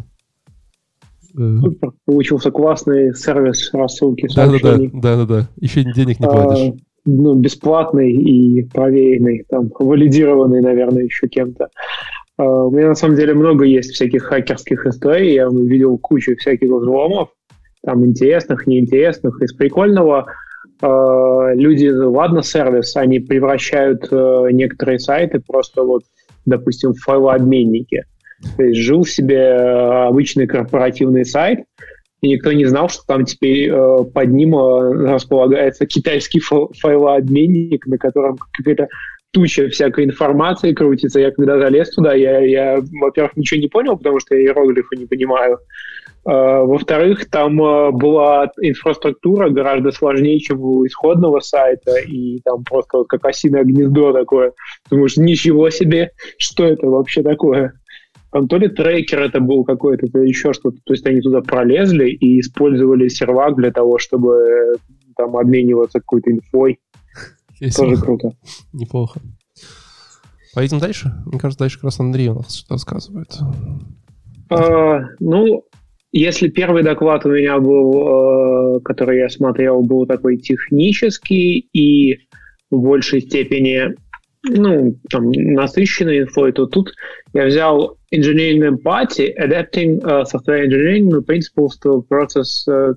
Супер. Получился классный сервис рассылки сообщений. Да-да-да, еще денег не платишь. А, ну, бесплатный и проверенный, там, валидированный, наверное, еще кем-то. Uh, у меня, на самом деле, много есть всяких хакерских историй. Я видел кучу всяких взломов, там, интересных, неинтересных. Из прикольного uh, люди, ладно, сервис, они превращают uh, некоторые сайты просто вот, допустим, в файлообменники. То есть жил себе обычный корпоративный сайт, и никто не знал, что там теперь э, под ним э, располагается китайский файл- файлообменник, на котором какая-то туча всякой информации крутится. Я когда залез туда, я, я во-первых, ничего не понял, потому что я иероглифы не понимаю. Uh, во-вторых, там uh, была инфраструктура гораздо сложнее, чем у исходного сайта, и там просто вот как осиное гнездо такое. Думаешь, ничего себе, что это вообще такое? Там то ли трекер это был какой-то, то ли еще что-то. То есть они туда пролезли и использовали сервак для того, чтобы там обмениваться какой-то инфой. Весело. Тоже круто. Неплохо. Поедем дальше? Мне кажется, дальше как раз Андрей у нас что-то рассказывает. Uh, ну... Если первый доклад у меня был, э, который я смотрел, был такой технический и в большей степени ну, там, насыщенной инфой, то тут я взял Engineering Empathy, Adapting uh, Software Engineering Principles to Process, uh,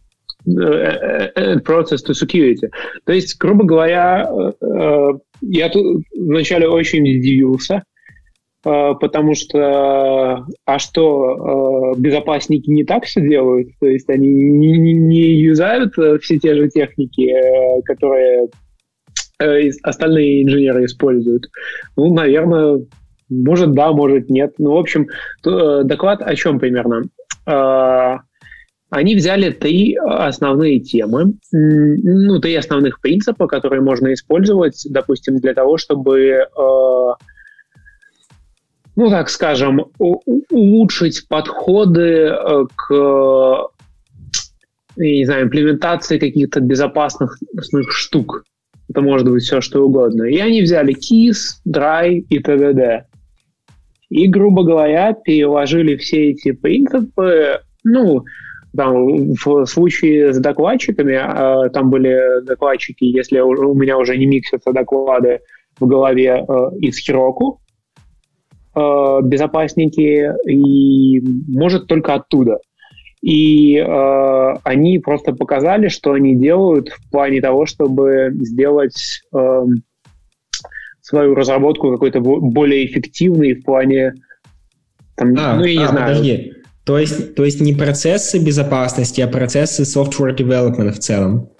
uh, Process to Security. То есть, грубо говоря, uh, я тут вначале очень удивился, потому что, а что, безопасники не так все делают? То есть они не, не, не юзают все те же техники, которые остальные инженеры используют? Ну, наверное, может да, может нет. Ну, в общем, доклад о чем примерно? Они взяли три основные темы, ну, три основных принципа, которые можно использовать, допустим, для того, чтобы... ну, так скажем, улучшить подходы к, я не знаю, имплементации каких-то безопасных штук. Это может быть все, что угодно. И они взяли кис, драй и т.д. И, грубо говоря, переложили все эти принципы, ну, там, в случае с докладчиками, там были докладчики, если у меня уже не миксятся доклады в голове, из Heroku, безопасники, и может только оттуда. И э, они просто показали, что они делают в плане того, чтобы сделать э, свою разработку какой-то более эффективной в плане там, а, ну, я не а, знаю. Подожди. То есть, то есть не процессы безопасности, а процессы software development в целом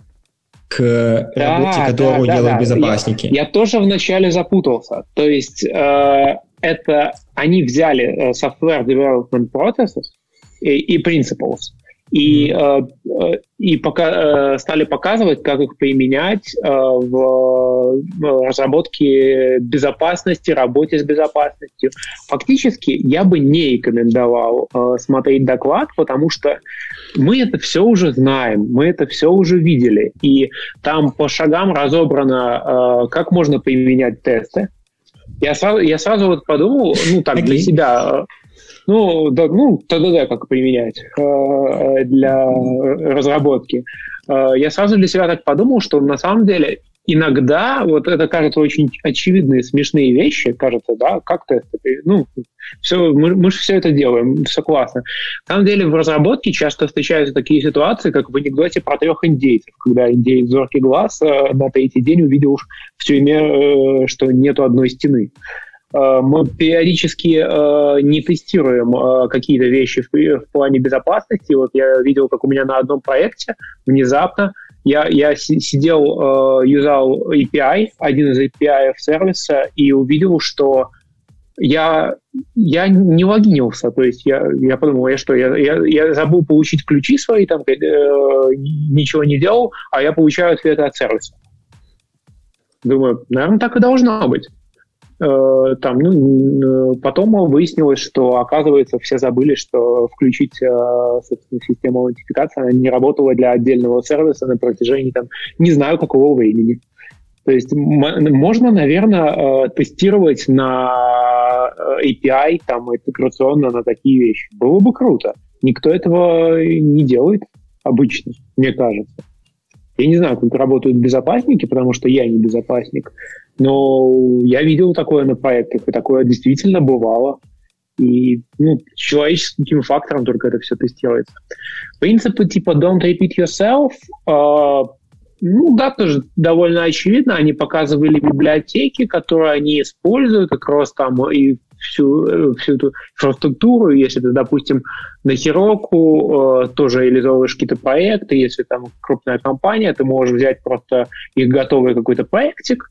к да, работе, которую да, делают да, безопасники. Я, я тоже вначале запутался. То есть э, это они взяли software development processes и, и principles и, mm-hmm. э, и пока, э, стали показывать, как их применять э, в, в разработке безопасности, работе с безопасностью. Фактически я бы не рекомендовал э, смотреть доклад, потому что мы это все уже знаем, мы это все уже видели, и там по шагам разобрано, э, как можно применять тесты. Я сразу, я сразу вот подумал, ну так, okay. для себя, ну, да, ну, т.д.д. как применять э, для разработки. Э, я сразу для себя так подумал, что на самом деле иногда, вот это кажется очень очевидные, смешные вещи, кажется, да, как тесты, ну, все, мы, мы же все это делаем, все классно. На самом деле в разработке часто встречаются такие ситуации, как в анекдоте про трех индейцев, когда индеец зоркий глаз э, на третий день увидел в тюрьме, э, что нету одной стены. Э, мы периодически э, не тестируем э, какие-то вещи в, в плане безопасности. Вот я видел, как у меня на одном проекте внезапно Я, я сидел, э, юзал эй пи ай, один из эй пи ай сервиса, и увидел, что я, я не логинился. То есть я, я подумал, я что, я, я, я забыл получить ключи свои, там, э, ничего не делал, а я получаю ответы от сервиса. Думаю, наверное, так и должно быть. Там, ну, потом выяснилось, что, оказывается, все забыли, что включить, собственно, систему аутентификации, она не работала для отдельного сервиса на протяжении, там, не знаю, какого времени. То есть м- можно, наверное, тестировать на эй пи ай, там, интеграционно на такие вещи. Было бы круто. Никто этого не делает обычно, мне кажется. Я не знаю, как работают безопасники, потому что я не безопасник, но я видел такое на проектах, и такое действительно бывало. И ну, с человеческим фактором только это все тестируется. Принципы типа don't repeat yourself, э, ну да, тоже довольно очевидно. Они показывали библиотеки, которые они используют, как раз там и всю, всю эту инфраструктуру. Если ты, допустим, на Heroku э, тоже реализовываешь какие-то проекты, если там крупная компания, ты можешь взять просто их готовый какой-то проектик,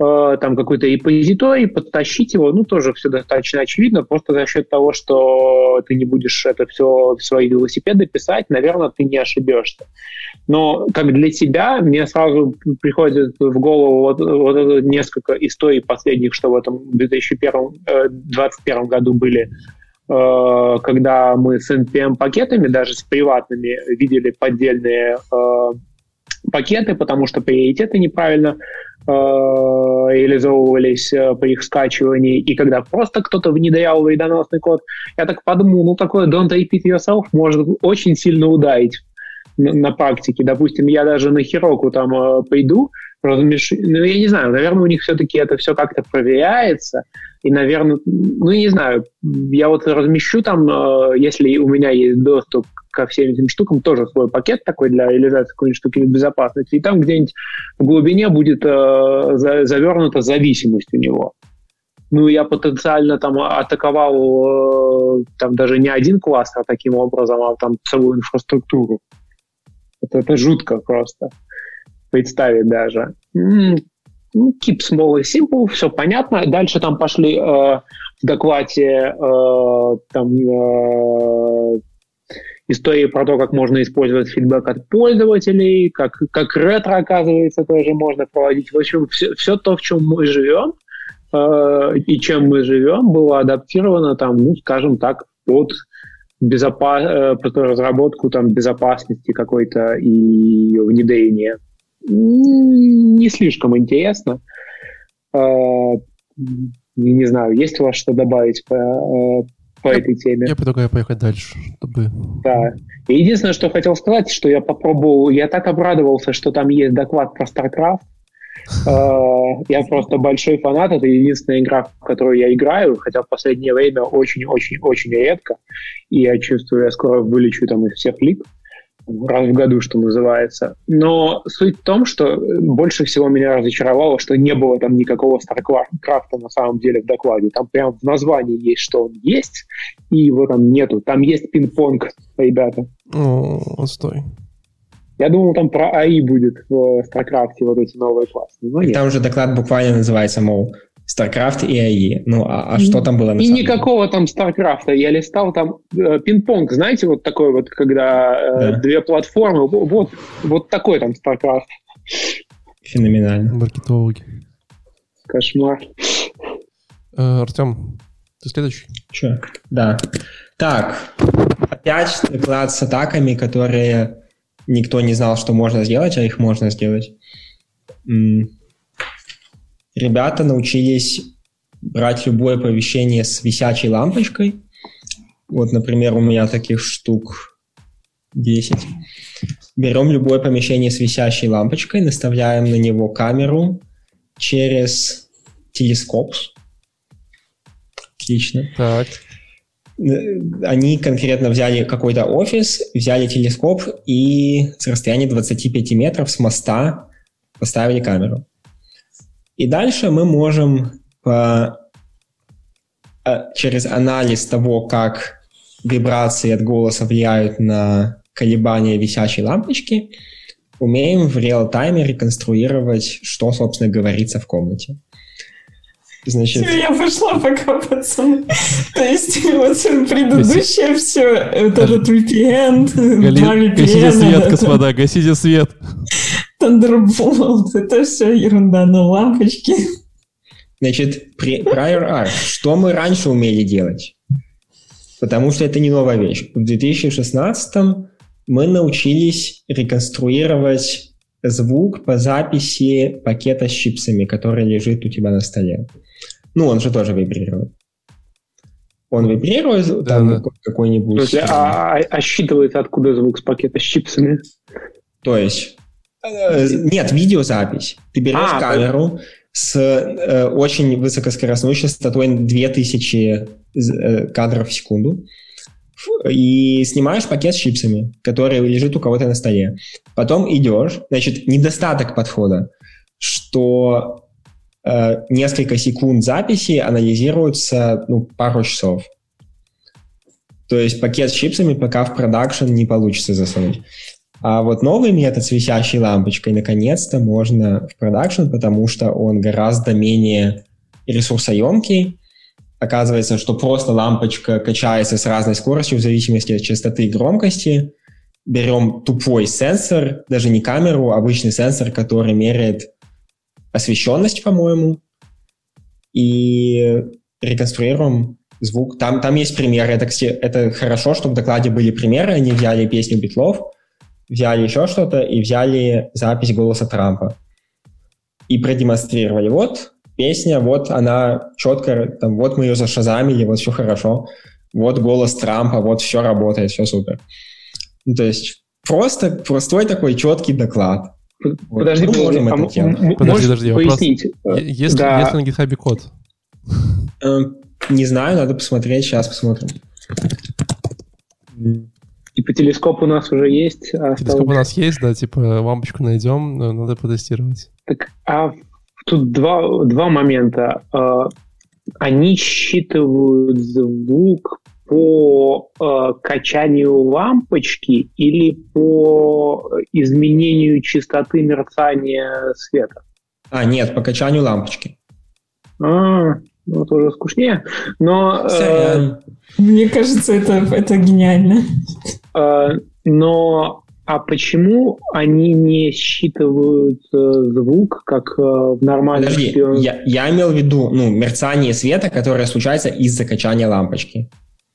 э, там какой-то репозиторий, подтащить его, ну, тоже все достаточно очевидно, просто за счет того, что ты не будешь это все в свои велосипеды писать, наверное, ты не ошибешься. Но как для тебя, мне сразу приходит в голову вот, вот несколько историй последних, что в этом две тысячи двадцать первом году были, э, когда мы с эн пи эм-пакетами, даже с приватными, видели поддельные э, пакеты, потому что приоритеты неправильно э, реализовывались э, при их скачивании, и когда просто кто-то внедрял вредоносный код, я так подумал, ну такое don't repeat yourself может очень сильно ударить на, на практике. Допустим, я даже на Heroku там э, пойду, размеш... ну я не знаю, наверное, у них все-таки это все как-то проверяется, и, наверное, ну я не знаю, я вот размещу там, э, если у меня есть доступ ко всем этим штукам, тоже свой пакет такой для реализации какой-нибудь штуки безопасности, и там где-нибудь в глубине будет э, за, завернута зависимость у него. Ну, я потенциально там атаковал э, там даже не один кластер таким образом, а там целую инфраструктуру. Это, это жутко просто представить даже. Mm, keep small and simple, все понятно. Дальше там пошли э, в докладе э, там э, истории про то, как можно использовать фидбэк от пользователей, как, как ретро, оказывается, тоже можно проводить. В общем, все, все то, в чем мы живем, э, и чем мы живем, было адаптировано, там, ну, скажем так, под, безопас... э, под разработку там, безопасности какой-то и внедрения. Не слишком интересно. Э, не знаю, есть у вас что добавить по... Э, по я, этой теме. Я предлагаю поехать дальше, чтобы... Да. И единственное, что хотел сказать, что я попробовал, я так обрадовался, что там есть доклад про StarCraft. Я просто большой фанат, это единственная игра, в которую я играю, хотя в последнее время очень-очень-очень редко, и я чувствую, я скоро вылечу там из всех лиг, раз в году, что называется. Но суть в том, что больше всего меня разочаровало, что не было там никакого StarCraft на самом деле в докладе. Там прям в названии есть, что он есть, и его там нету. Там есть пинг-понг, ребята. О, отстой. Я думал, там про эй ай будет в StarCraft, вот эти новые классы. Но нет. Там уже доклад буквально называется, мол, StarCraft и эй ай. Ну, а, а что там было на и самом деле? никакого там StarCraft. Я листал там э, пинг-понг, знаете, вот такой вот, когда э, да. две платформы, вот, вот такой там StarCraft. Феноменально. Маркетологи. Кошмар. Э, Артем, ты следующий? Че? Да. Так, опять доклад с атаками, которые никто не знал, что можно сделать, а их можно сделать. М- Ребята научились брать любое оповещение с висячей лампочкой. Вот, например, у меня таких штук десять. Берем любое помещение с висящей лампочкой, наставляем на него камеру через телескоп. Отлично. Так. Они конкретно взяли какой-то офис, взяли телескоп и с расстояния двадцать пять метров с моста поставили камеру. И дальше мы можем по, через анализ того, как вибрации от голоса влияют на колебания висячей лампочки, умеем в реал-тайме реконструировать, что, собственно, говорится в комнате. Значит... Все, я пошла пока, пацаны. То есть вот предыдущее все, вот этот ви пи эн, два ви пи эн. Гасите свет, господа, гасите свет. Thunderbolt, это все ерунда, но лампочки. Значит, prior art. Что мы раньше умели делать? Потому что это не новая вещь. В две тысячи шестнадцатом мы научились реконструировать звук по записи пакета с чипсами, который лежит у тебя на столе. Ну, он же тоже вибрирует. Он вибрирует, да, там да. какой-нибудь... То есть, а, а считывается, откуда звук с пакета с чипсами? То есть... Э, нет, видеозапись. Ты берешь а, камеру с э, очень высокоскоростной частотой две тысячи э, кадров в секунду и снимаешь пакет с чипсами, который лежит у кого-то на столе. Потом идешь... Значит, недостаток подхода, что... несколько секунд записи анализируются ну, пару часов. То есть пакет с чипсами пока в продакшн не получится засунуть. А вот новый метод с висящей лампочкой наконец-то можно в продакшн, потому что он гораздо менее ресурсоемкий. Оказывается, что просто лампочка качается с разной скоростью в зависимости от частоты и громкости. Берем тупой сенсор, даже не камеру, а обычный сенсор, который меряет освещенность, по-моему, и реконструируем звук. Там, там есть примеры. Это, это хорошо, что в докладе были примеры. Они взяли песню Битлов, взяли еще что-то и взяли запись голоса Трампа. И продемонстрировали. Вот песня, вот она четко, там, вот мы ее зашазамили, вот все хорошо. Вот голос Трампа, вот все работает, все супер. Ну, то есть просто простой такой четкий доклад. Подожди, вот, подожди, а подожди, подожди, подожди, пояснить? Вопрос. Есть, да. есть на GitHub код? Не знаю, надо посмотреть, сейчас посмотрим. Типа телескоп у нас уже есть. А телескоп осталось... у нас есть, да, типа лампочку найдем, но надо потестировать. Так, а тут два, два момента. Они считывают звук по э, качанию лампочки или по изменению частоты мерцания света? А, нет, по качанию лампочки. А, ну, это уже скучнее. Но... Э, Мне кажется, это, это гениально. Э, но... А почему они не считывают э, звук, как э, в нормальном... Подожди, шпион... я, я имел в виду ну, мерцание света, которое случается из-за качания лампочки.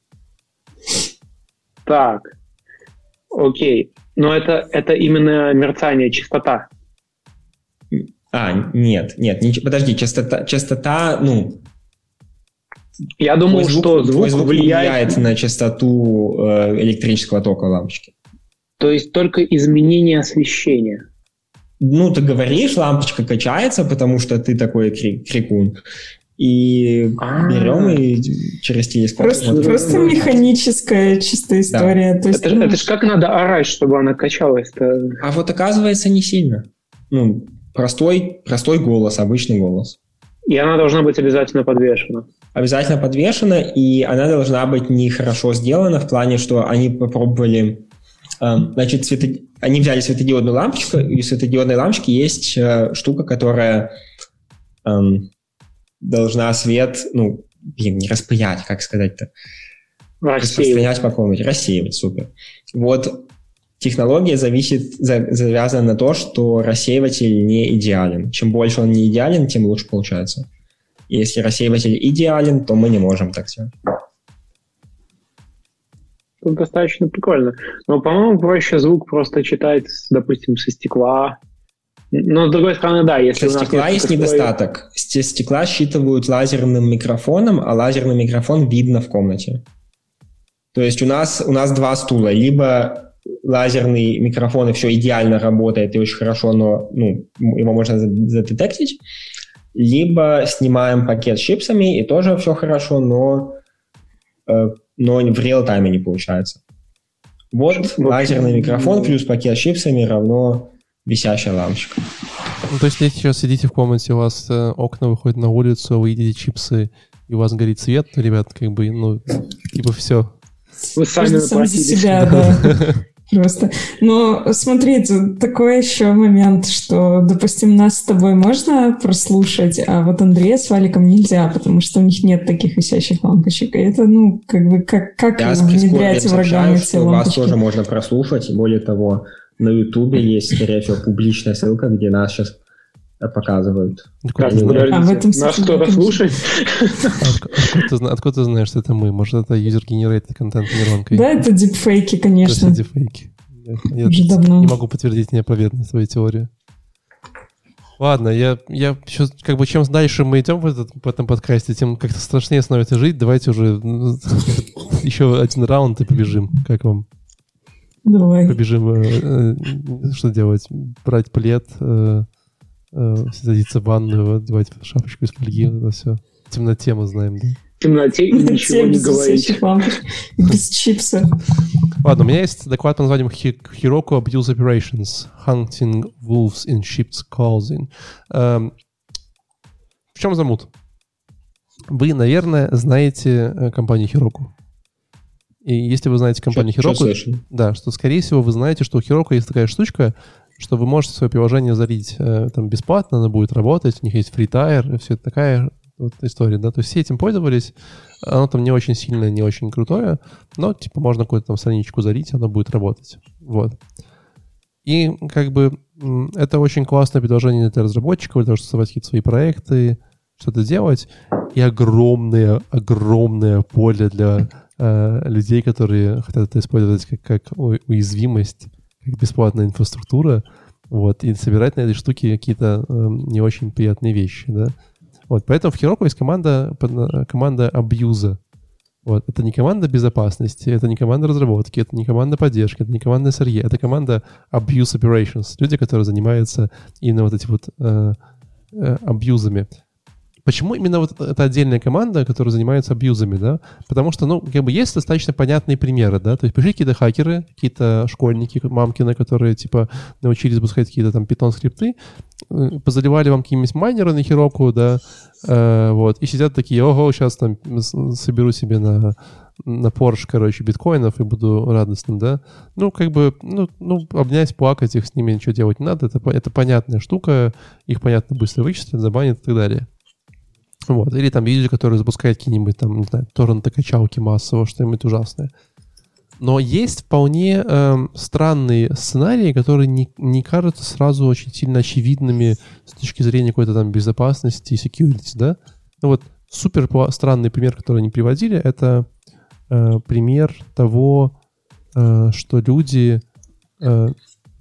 Так, окей. Но это, это именно мерцание, частота. А, нет, нет, не, подожди, частота, частота, ну... Я думал, звук, что звук, звук влияет... влияет на частоту э, электрического тока лампочки. То есть только изменение освещения. Ну, ты говоришь, лампочка качается, потому что ты такой крикун. И А-а-а. берем и через телескоп. Просто, вот просто механическая чистая история. Да. То есть, это, ну... это же как надо орать, чтобы она качалась-то? А вот оказывается не сильно. Ну, простой, простой голос, обычный голос. И она должна быть обязательно подвешена. Обязательно подвешена, и она должна быть нехорошо сделана в плане, что они попробовали... Значит, свето... они взяли светодиодную лампочку, и в светодиодной лампочке есть э, штука, которая эм, должна свет, ну, блин, не распылять, как сказать-то? Распространять по комнате, рассеивать, супер. Вот технология зависит, за, завязана на то, что рассеиватель не идеален. Чем больше он не идеален, тем лучше получается. Если рассеиватель идеален, то мы не можем так сделать. Это достаточно прикольно. Но, по-моему, проще звук просто читать, допустим, со стекла. Но, с другой стороны, да, если со у нас стекла есть слоев... недостаток. С стекла считывают лазерным микрофоном, а лазерный микрофон видно в комнате. То есть у нас, у нас два стула. Либо лазерный микрофон, и все идеально работает, и очень хорошо, но ну, его можно задетектить. Либо снимаем пакет с чипсами, и тоже все хорошо, но... Э, но в реал-тайме не получается. Вот лазерный микрофон плюс пакет с чипсами равно висящая лампочка. Ну, то есть, если сейчас сидите в комнате, у вас э, окна выходят на улицу, вы едите чипсы, и у вас горит свет, то, ребят, как бы, ну, типа все. Вы сами сам за себя, да. Просто. Но смотрите, такой еще момент, что, допустим, нас с тобой можно прослушать, а вот Андрея с Валиком нельзя, потому что у них нет таких висящих лампочек. И это, ну, как бы, как, как Я внедрять врагам эти что лампочки? Вас тоже можно прослушать, и более того, на Ютубе есть, скорее всего, публичная ссылка, где нас сейчас показывают. Как, а в этом нас кто-то слушает? Откуда, откуда ты знаешь, что это мы? Может, это user-generated контент нейронкой? Да, это дипфейки, конечно. Это дипфейки. Я, Уже я давно. не могу подтвердить, не опровергнуть свою теорию. Ладно, я, я еще, как бы, чем дальше мы идем в, этот, в этом подкасте, тем как-то страшнее становится жить. Давайте уже еще один раунд и побежим. Как вам? Давай. Побежим. Э, э, что делать? Брать плед, э, э, садиться в ванную, одевать шапочку из фольги, это все. В темноте мы знаем, да? В темноте ничего не говорить. Без чипсов. Ладно, у меня есть доклад под названием Heroku Abuse Operations Hunting Wolves in Sheep's Clothing. Эм, в чем замут? Вы, наверное, знаете компанию Heroku. И если вы знаете компанию Heroku, да, что, скорее всего, вы знаете, что у Heroku есть такая штучка, что вы можете свое приложение залить э, там бесплатно, оно будет работать, у них есть free tier, и все это такая вот история, да, то есть все этим пользовались, оно там не очень сильное, не очень крутое, но, типа, можно какую-то там страничку залить, оно будет работать, вот. И, как бы, это очень классное предложение для разработчиков, для того, чтобы создавать какие-то свои проекты, что-то делать, и огромное, огромное поле для э, людей, которые хотят это использовать как, как уязвимость, как бесплатная инфраструктура, вот, и собирать на этой штуке какие-то э, не очень приятные вещи, да. Вот, поэтому в Heroku есть команда, команда абьюза. Вот, это не команда безопасности, это не команда разработки, это не команда поддержки, это не команда эс эр и, это команда abuse operations, люди, которые занимаются именно вот этими вот э, э, абьюзами. Почему именно вот эта отдельная команда, которая занимается абьюзами, да? Потому что, ну, как бы есть достаточно понятные примеры, да? То есть пришли какие-то хакеры, какие-то школьники, мамкины, которые, типа, научились запускать какие-то там питон-скрипты, позаливали вам какие-нибудь майнеры на Heroku, да, э, вот, и сидят такие, ого, сейчас там соберу себе на, на Porsche, короче, биткоинов и буду радостным, да? Ну, как бы, ну, ну обнять, плакать, их с ними ничего делать не надо, это, это понятная штука, их, понятно, быстро вычислят, забанят и так далее. Вот. Или там люди, которые запускают какие-нибудь там, не знаю, торренты-качалки массово, что-нибудь ужасное. Но есть вполне э, странные сценарии, которые не, не кажутся сразу очень сильно очевидными с точки зрения какой-то там безопасности и security, да? Ну вот супер странный пример, который они приводили, это э, пример того, э, что люди э,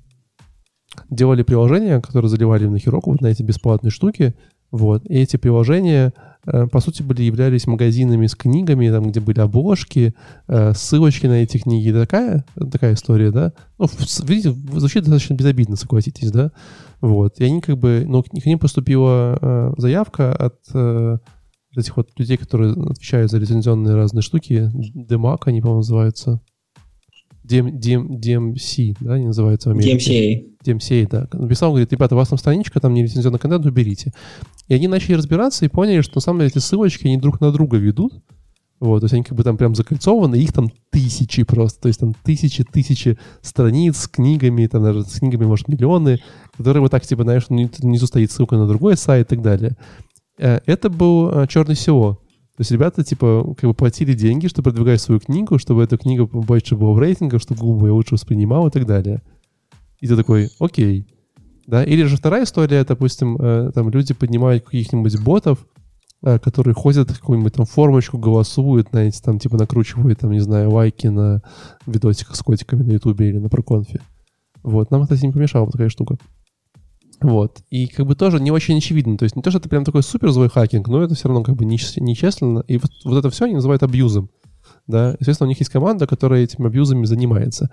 делали приложения, которые заливали на Heroku, вот на эти бесплатные штуки. Вот. И эти приложения, э, по сути, были, являлись магазинами с книгами, там, где были обложки, э, ссылочки на эти книги. Такая, такая история, да? Ну, видите, звучит достаточно безобидно, согласитесь, да? Вот. И они как бы... Ну, к ним поступила э, заявка от э, этих вот людей, которые отвечают за лицензионные разные штуки. ди эм эй си, они, по-моему, называются. ди эм си, да, они называются в Америке. ди эм си эй. ди эм си эй, да. Написал, говорит, ребята, у вас там страничка, там не лицензионный контент, уберите. И они начали разбираться и поняли, что на самом деле эти ссылочки, они друг на друга ведут. Вот, то есть они как бы там прям закольцованы, их там тысячи просто. То есть там тысячи-тысячи страниц с книгами, там даже с книгами, может, миллионы, которые вот так, типа, знаешь, внизу стоит ссылка на другой сайт и так далее. Это был черный эс и о. То есть ребята, типа, как бы платили деньги, чтобы продвигать свою книгу, чтобы эта книга больше была в рейтингах, чтобы Google ее лучше воспринимал и так далее. И ты такой, окей. Да? Или же вторая история, допустим, э, там люди поднимают каких-нибудь ботов, э, которые ходят в какую-нибудь там формочку, голосуют, знаете, там типа накручивают, там, не знаю, лайки на видосиках с котиками на Ютубе или на проконфе. Вот. Нам, кстати, не помешала такая штука. Вот. И как бы тоже не очень очевидно. То есть не то, что это прям такой супер злой хакинг, но это все равно как бы нечестно. И вот, вот это все они называют абьюзом. Да? Естественно, у них есть команда, которая этими абьюзами занимается.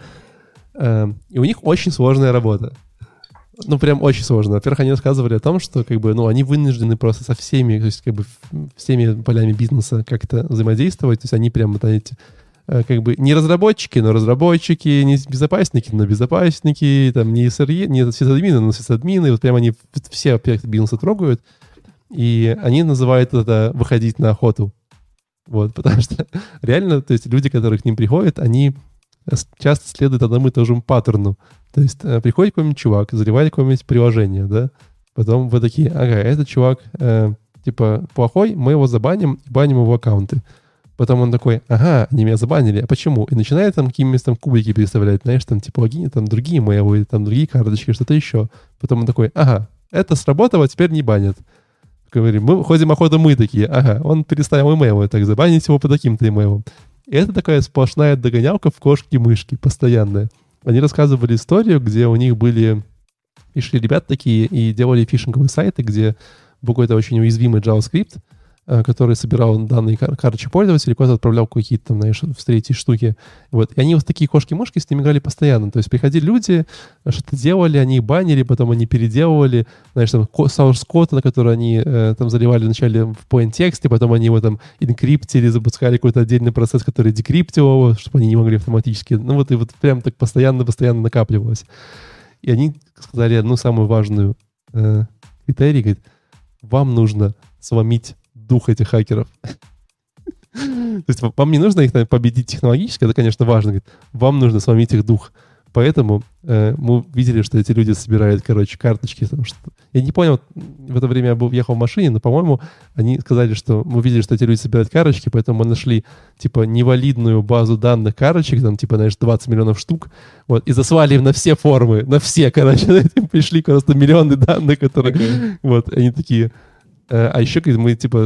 И у них очень сложная работа. Ну, прям очень сложно. Во-первых, они рассказывали о том, что как бы, ну, они вынуждены просто со всеми, то есть как бы всеми полями бизнеса как-то взаимодействовать. То есть они прям, знаете, как бы не разработчики, но разработчики, не безопасники, но безопасники, там не эс эр и, не сисадмины, но сисадмины. Вот прям они все объекты бизнеса трогают. И они называют это «выходить на охоту». Вот, потому что реально, то есть люди, которые к ним приходят, они часто следуют одному и тому же паттерну. То есть э, приходит какой-нибудь чувак, заливает какое-нибудь приложение, да, потом вы такие, ага, этот чувак, э, типа, плохой, мы его забаним и баним его аккаунты. Потом он такой, ага, они меня забанили, а почему? И начинает там какими-то там кубики переставлять, знаешь, там типа логини, там другие мейлы, там другие карточки, что-то еще. Потом он такой, ага, это сработало, теперь не банят. Говорим, мы ходим охоту, мы такие, ага, он переставил имейлы, так забанить его по таким-то имейлам. И это такая сплошная догонялка в кошки-мышки, постоянная. Они рассказывали историю, где у них были... Пришли ребята такие и делали фишинговые сайты, где был какой-то очень уязвимый JavaScript, который собирал данные кар- карточки пользователей, куда-то отправлял какие-то там, знаешь, в третьи штуки. Вот. И они вот такие кошки-мышки с ними играли постоянно. То есть приходили люди, что-то делали, они их банили, потом они переделывали, знаешь, там source code, на который они э, там заливали вначале в plain тексте, потом они его там инкриптили, запускали какой-то отдельный процесс, который декриптил его, чтобы они не могли автоматически. Ну вот и вот прям так постоянно-постоянно накапливалось. И они сказали одну самую важную э, критерий, говорит, вам нужно сломить дух этих хакеров. То есть вам не нужно их наверное, победить технологически, это, конечно, важно. Говорит, вам нужно сломить их дух. Поэтому э, мы видели, что эти люди собирают, короче, карточки. Там, что... Я не понял, в это время я был, ехал в машине, но, по-моему, они сказали, что мы видели, что эти люди собирают карточки, поэтому мы нашли, типа, невалидную базу данных карточек, там, типа, знаешь, двадцать миллионов штук, вот, и заслали им на все формы, на все, короче, им пришли просто миллионы данных, которые... Okay. Вот, они такие... А еще мы, типа,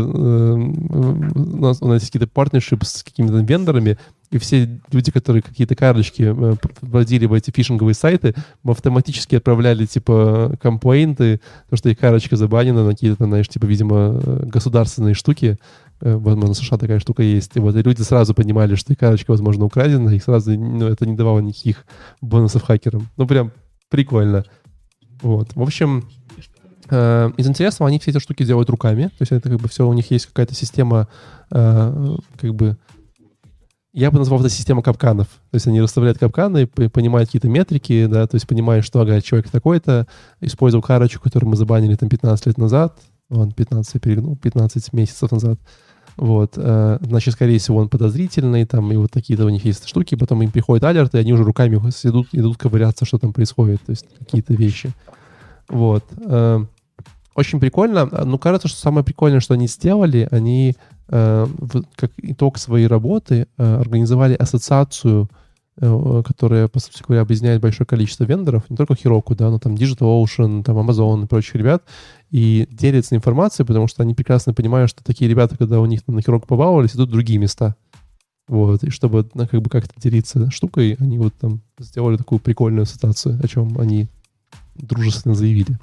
у нас, у нас есть какие-то партнершипы с какими-то вендорами, и все люди, которые какие-то карточки вводили в эти фишинговые сайты, мы автоматически отправляли, типа, комплейнты, то, что их карточка забанена на какие-то, знаешь, типа, видимо, государственные штуки. Возможно, в США такая штука есть. И вот и люди сразу понимали, что их карточка, возможно, украдена, и сразу ну, это не давало никаких бонусов хакерам. Ну, прям прикольно. Вот. В общем... Из интересного, они все эти штуки делают руками, то есть это как бы все, у них есть какая-то система, как бы, я бы назвал это система капканов, то есть они расставляют капканы, понимают какие-то метрики, да, то есть понимают, что, ага, человек такой-то использовал карточку, которую мы забанили там пятнадцать лет назад, он пятнадцать, я перегнул, пятнадцать месяцев назад, вот, значит, скорее всего, он подозрительный, там, и вот такие-то у них есть штуки, потом им приходят алерты, и они уже руками идут, идут ковыряться, что там происходит, то есть какие-то вещи, вот. Очень прикольно. Ну, кажется, что самое прикольное, что они сделали, они э, в, как итог своей работы э, организовали ассоциацию, э, которая, по сути говоря, объединяет большое количество вендоров, не только Heroku, да, но там DigitalOcean, там Amazon и прочих ребят, и делятся информацией, потому что они прекрасно понимают, что такие ребята, когда у них там, на Heroku побаловались, идут в другие места. Вот, и чтобы ну, как бы как-то делиться штукой, они вот там сделали такую прикольную ассоциацию, о чем они дружественно заявили.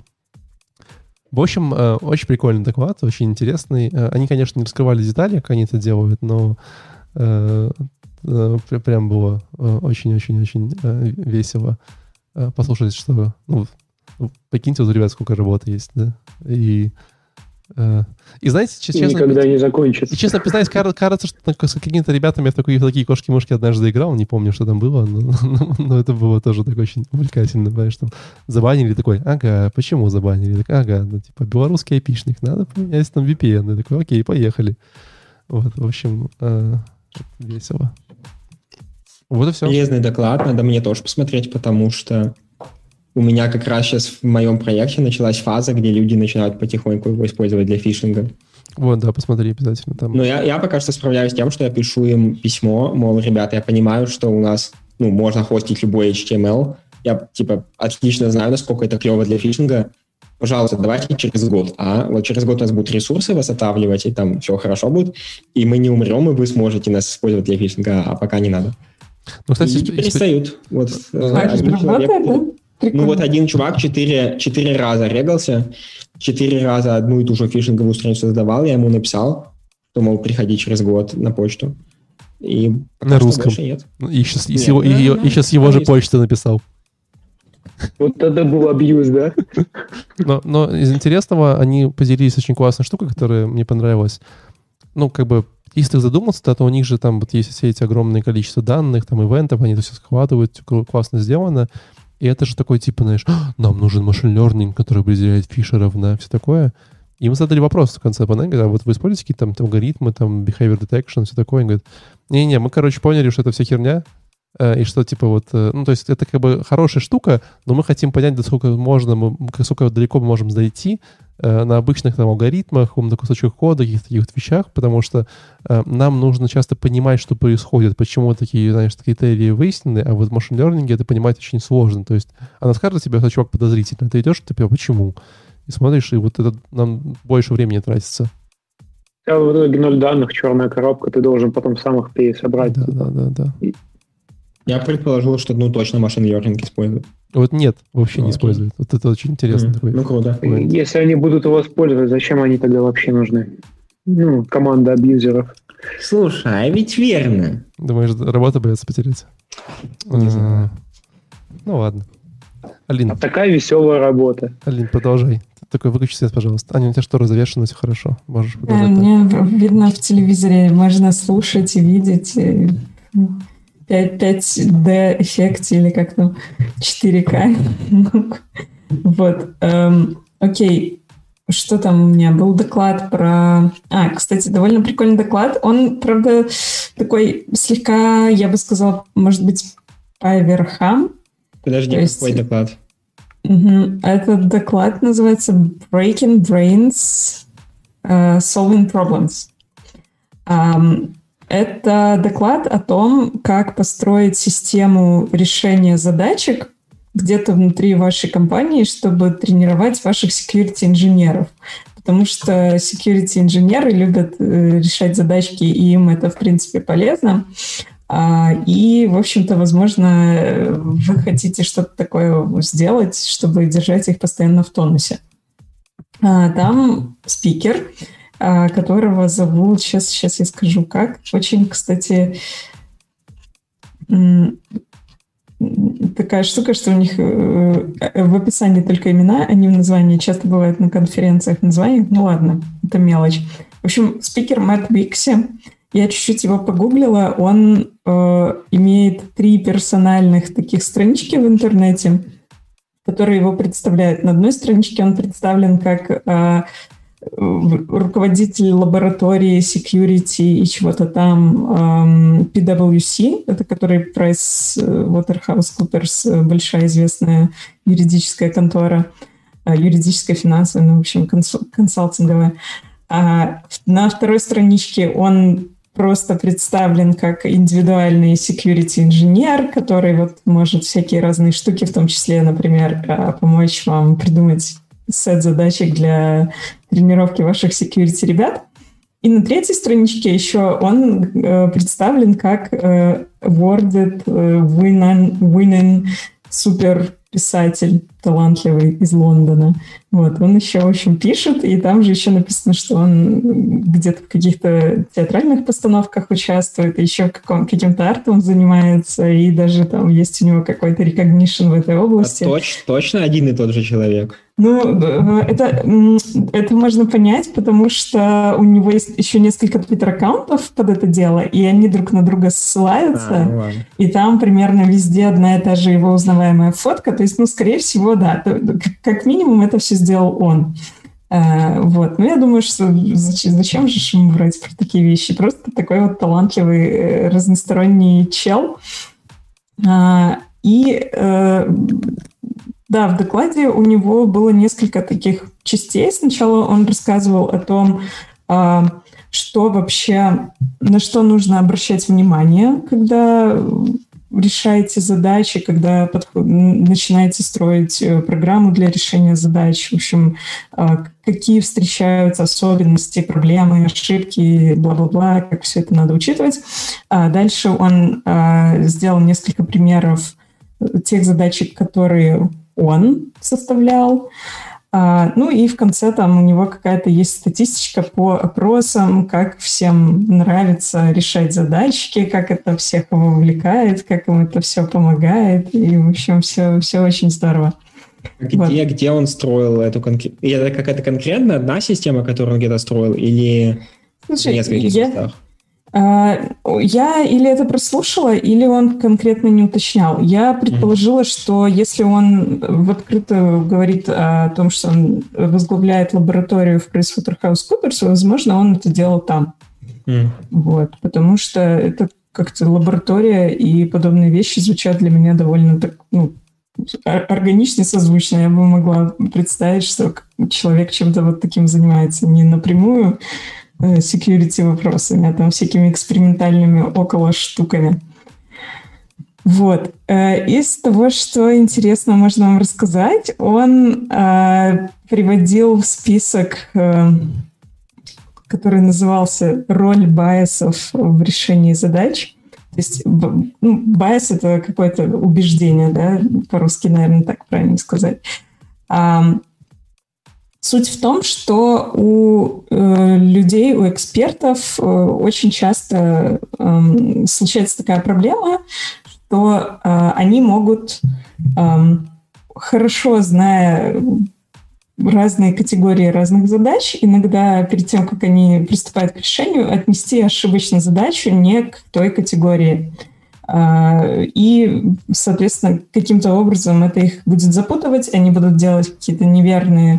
В общем, очень прикольный доклад, очень интересный. Они, конечно, не раскрывали детали, как они это делают, но э, э, прям было очень-очень-очень весело послушать, что... Ну, прикиньте, вот у ребят сколько работы есть, да? И, э, и знаете, честно... Никогда не закончится. И, честно признаюсь, кажется, что с какими-то ребятами я в такие, в такие кошки-мышки однажды играл, не помню, что там было, но, но, но это было тоже так очень увлекательно, понимаешь, там забанили, такой, ага, почему забанили? Так, ага, ну, типа, белорусский айпишник, надо поменять там ви пи эн. И такой, окей, поехали. Вот, в общем, э, весело. Вот и все. Полезный доклад, надо мне тоже посмотреть, потому что у меня как раз сейчас в моем проекте началась фаза, где люди начинают потихоньку его использовать для фишинга. Вот, да, посмотри обязательно там. Но я, я пока что справляюсь с тем, что я пишу им письмо, мол, ребята, я понимаю, что у нас, ну, можно хостить любой эйч ти эм эл. Я, типа, отлично знаю, насколько это клево для фишинга. Пожалуйста, давайте через год. А вот через год у нас будут ресурсы восстанавливать, и там все хорошо будет, и мы не умрем, и вы сможете нас использовать для фишинга, а пока не надо. Ну, кстати, и перестают. Вот, а, один человек, да? ну вот один чувак четыре, четыре раза регался, четыре раза одну и ту же фишинговую страницу создавал, я ему написал, что, мол, приходи через год на почту. И на русском. Нет. И сейчас, нет, и его, да, и, да, и сейчас его же почту написал. Вот тогда был абьюз, да? Но, но из интересного они поделились очень классной штукой, которая мне понравилась. Ну, как бы, если ты задумался, то, то у них же там вот есть все эти огромное количество данных, там, ивентов, они это все складывают, классно сделано. И это же такой, типа, знаешь, нам нужен машин learning, который определяет фишеров, да, все такое. И мы задали вопрос в конце панели, говорят, а вот вы используете какие-то там, там алгоритмы, там, behavior detection, все такое? Они говорят, не-не, мы, короче, поняли, что это все херня, э, и что, типа, вот, э, ну, то есть это как бы хорошая штука, но мы хотим понять, насколько можно, мы, насколько далеко мы можем зайти э, на обычных там алгоритмах, умных кусочках кода, каких-то таких вот вещах, потому что э, нам нужно часто понимать, что происходит, почему такие, знаешь, критерии выяснены, а вот в машин learning это понимать очень сложно. То есть она скажет тебе, что чувак подозрительный, ты идешь, ты типа, почему? И смотришь, и вот это нам больше времени тратится. А в итоге ноль данных, черная коробка, ты должен потом сам их пересобрать. Да, да, да, да. Я предположил, что ну точно машин learning используют. Вот нет, вообще ну, не используют. Вот это очень интересно. Mm-hmm. Такой ну, круто. Момент. Если они будут его использовать, зачем они тогда вообще нужны? Ну, команда абьюзеров. Слушай, а ведь верно. Думаешь, работа боятся потерять? Не знаю. Ну ладно. Алин. А такая веселая работа. Алин, продолжай. Такой, выключи свет, пожалуйста. Аня, у тебя шторы завешены, все хорошо. Можешь продолжать. А, мне видно в телевизоре, можно слушать и видеть пять дэ эффекте или как там, четыре ка. Вот. Окей. что там у меня был доклад про... А, кстати, довольно прикольный доклад. Он, правда, такой слегка, я бы сказала, может быть, по верхам. Подожди, есть... какой доклад? Угу. Этот доклад называется Breaking Brains uh, Solving Problems. Um, это доклад о том, как построить систему решения задачек где-то внутри вашей компании, чтобы тренировать ваших security-инженеров. Потому что security-инженеры любят э, решать задачки, и им это, в принципе, полезно. А, и, в общем-то, возможно, вы хотите что-то такое сделать, чтобы держать их постоянно в тонусе. А, там спикер, а, которого зовут... Сейчас, сейчас я скажу, как. Очень, кстати... М- такая штука, что у них э, в описании только имена, а не в названии. Часто бывает на конференциях названий. Ну ладно, это мелочь. В общем, спикер Мэтт Бикси. Я чуть-чуть его погуглила. Он э, имеет три персональных таких странички в интернете, которые его представляют. На одной страничке он представлен как э, руководитель лаборатории security и чего-то там эм, пи дабл ю си, это который PricewaterhouseCoopers, большая известная юридическая контора, э, юридическая, финансовая, ну, в общем, консул- консалтинговая. А на второй страничке он просто представлен как индивидуальный security-инженер, который вот может всякие разные штуки, в том числе, например, помочь вам придумать сет задачек для тренировки ваших security ребят. И на третьей страничке еще он э, представлен как э, awarded э, winning, winning супер писатель талантливый из Лондона. Вот, он еще, в общем, пишет, и там же еще написано, что он где-то в каких-то театральных постановках участвует, еще каком, каким-то артом занимается, и даже там есть у него какой-то recognition в этой области. А точ, точно один и тот же человек? Ну, это, это можно понять, потому что у него есть еще несколько твиттер-аккаунтов под это дело, и они друг на друга ссылаются, а, ну и там примерно везде одна и та же его узнаваемая фотка. То есть, ну, скорее всего, да, как минимум это все сделал он. А, вот. Но я думаю, что зачем, зачем же ему брать про такие вещи? Просто такой вот талантливый, разносторонний чел. А, и... Да, в докладе у него было несколько таких частей. Сначала он рассказывал о том, что вообще, на что нужно обращать внимание, когда решаете задачи, когда подход, начинаете строить программу для решения задач. В общем, какие встречаются особенности, проблемы, ошибки, бла-бла-бла, как все это надо учитывать. А дальше он сделал несколько примеров тех задачек, которые он составлял. А, ну и в конце там у него какая-то есть статистичка по опросам, как всем нравится решать задачки, как это всех его увлекает, как ему это все помогает. И, в общем, все, все очень здорово. Где, вот. где он строил эту конкретную... Это какая-то конкретно одна система, которую он где-то строил, или Слушай, в нескольких я... местах? Я или это прослушала, или он конкретно не уточнял. Я предположила, mm-hmm. что если он в открытую говорит о том, что он возглавляет лабораторию в PricewaterhouseCoopers, возможно, он это делал там. Mm-hmm. Вот, потому что это как-то лаборатория, и подобные вещи звучат для меня довольно так, ну, органично, созвучно. Я бы могла представить, что человек чем-то вот таким занимается не напрямую, security вопросами, а там всякими экспериментальными около штуками. Вот. Из того, что интересно можно вам рассказать, он э, приводил в список, э, который назывался «Роль байесов в решении задач». То есть ну, байес — это какое-то убеждение, да, по-русски, наверное, так правильно сказать. А, Суть в том, что у э, людей, у экспертов э, очень часто э, случается такая проблема, что э, они могут, э, хорошо зная разные категории разных задач, иногда перед тем, как они приступают к решению, отнести ошибочно задачу не к той категории. Э, и, соответственно, каким-то образом это их будет запутывать, они будут делать какие-то неверные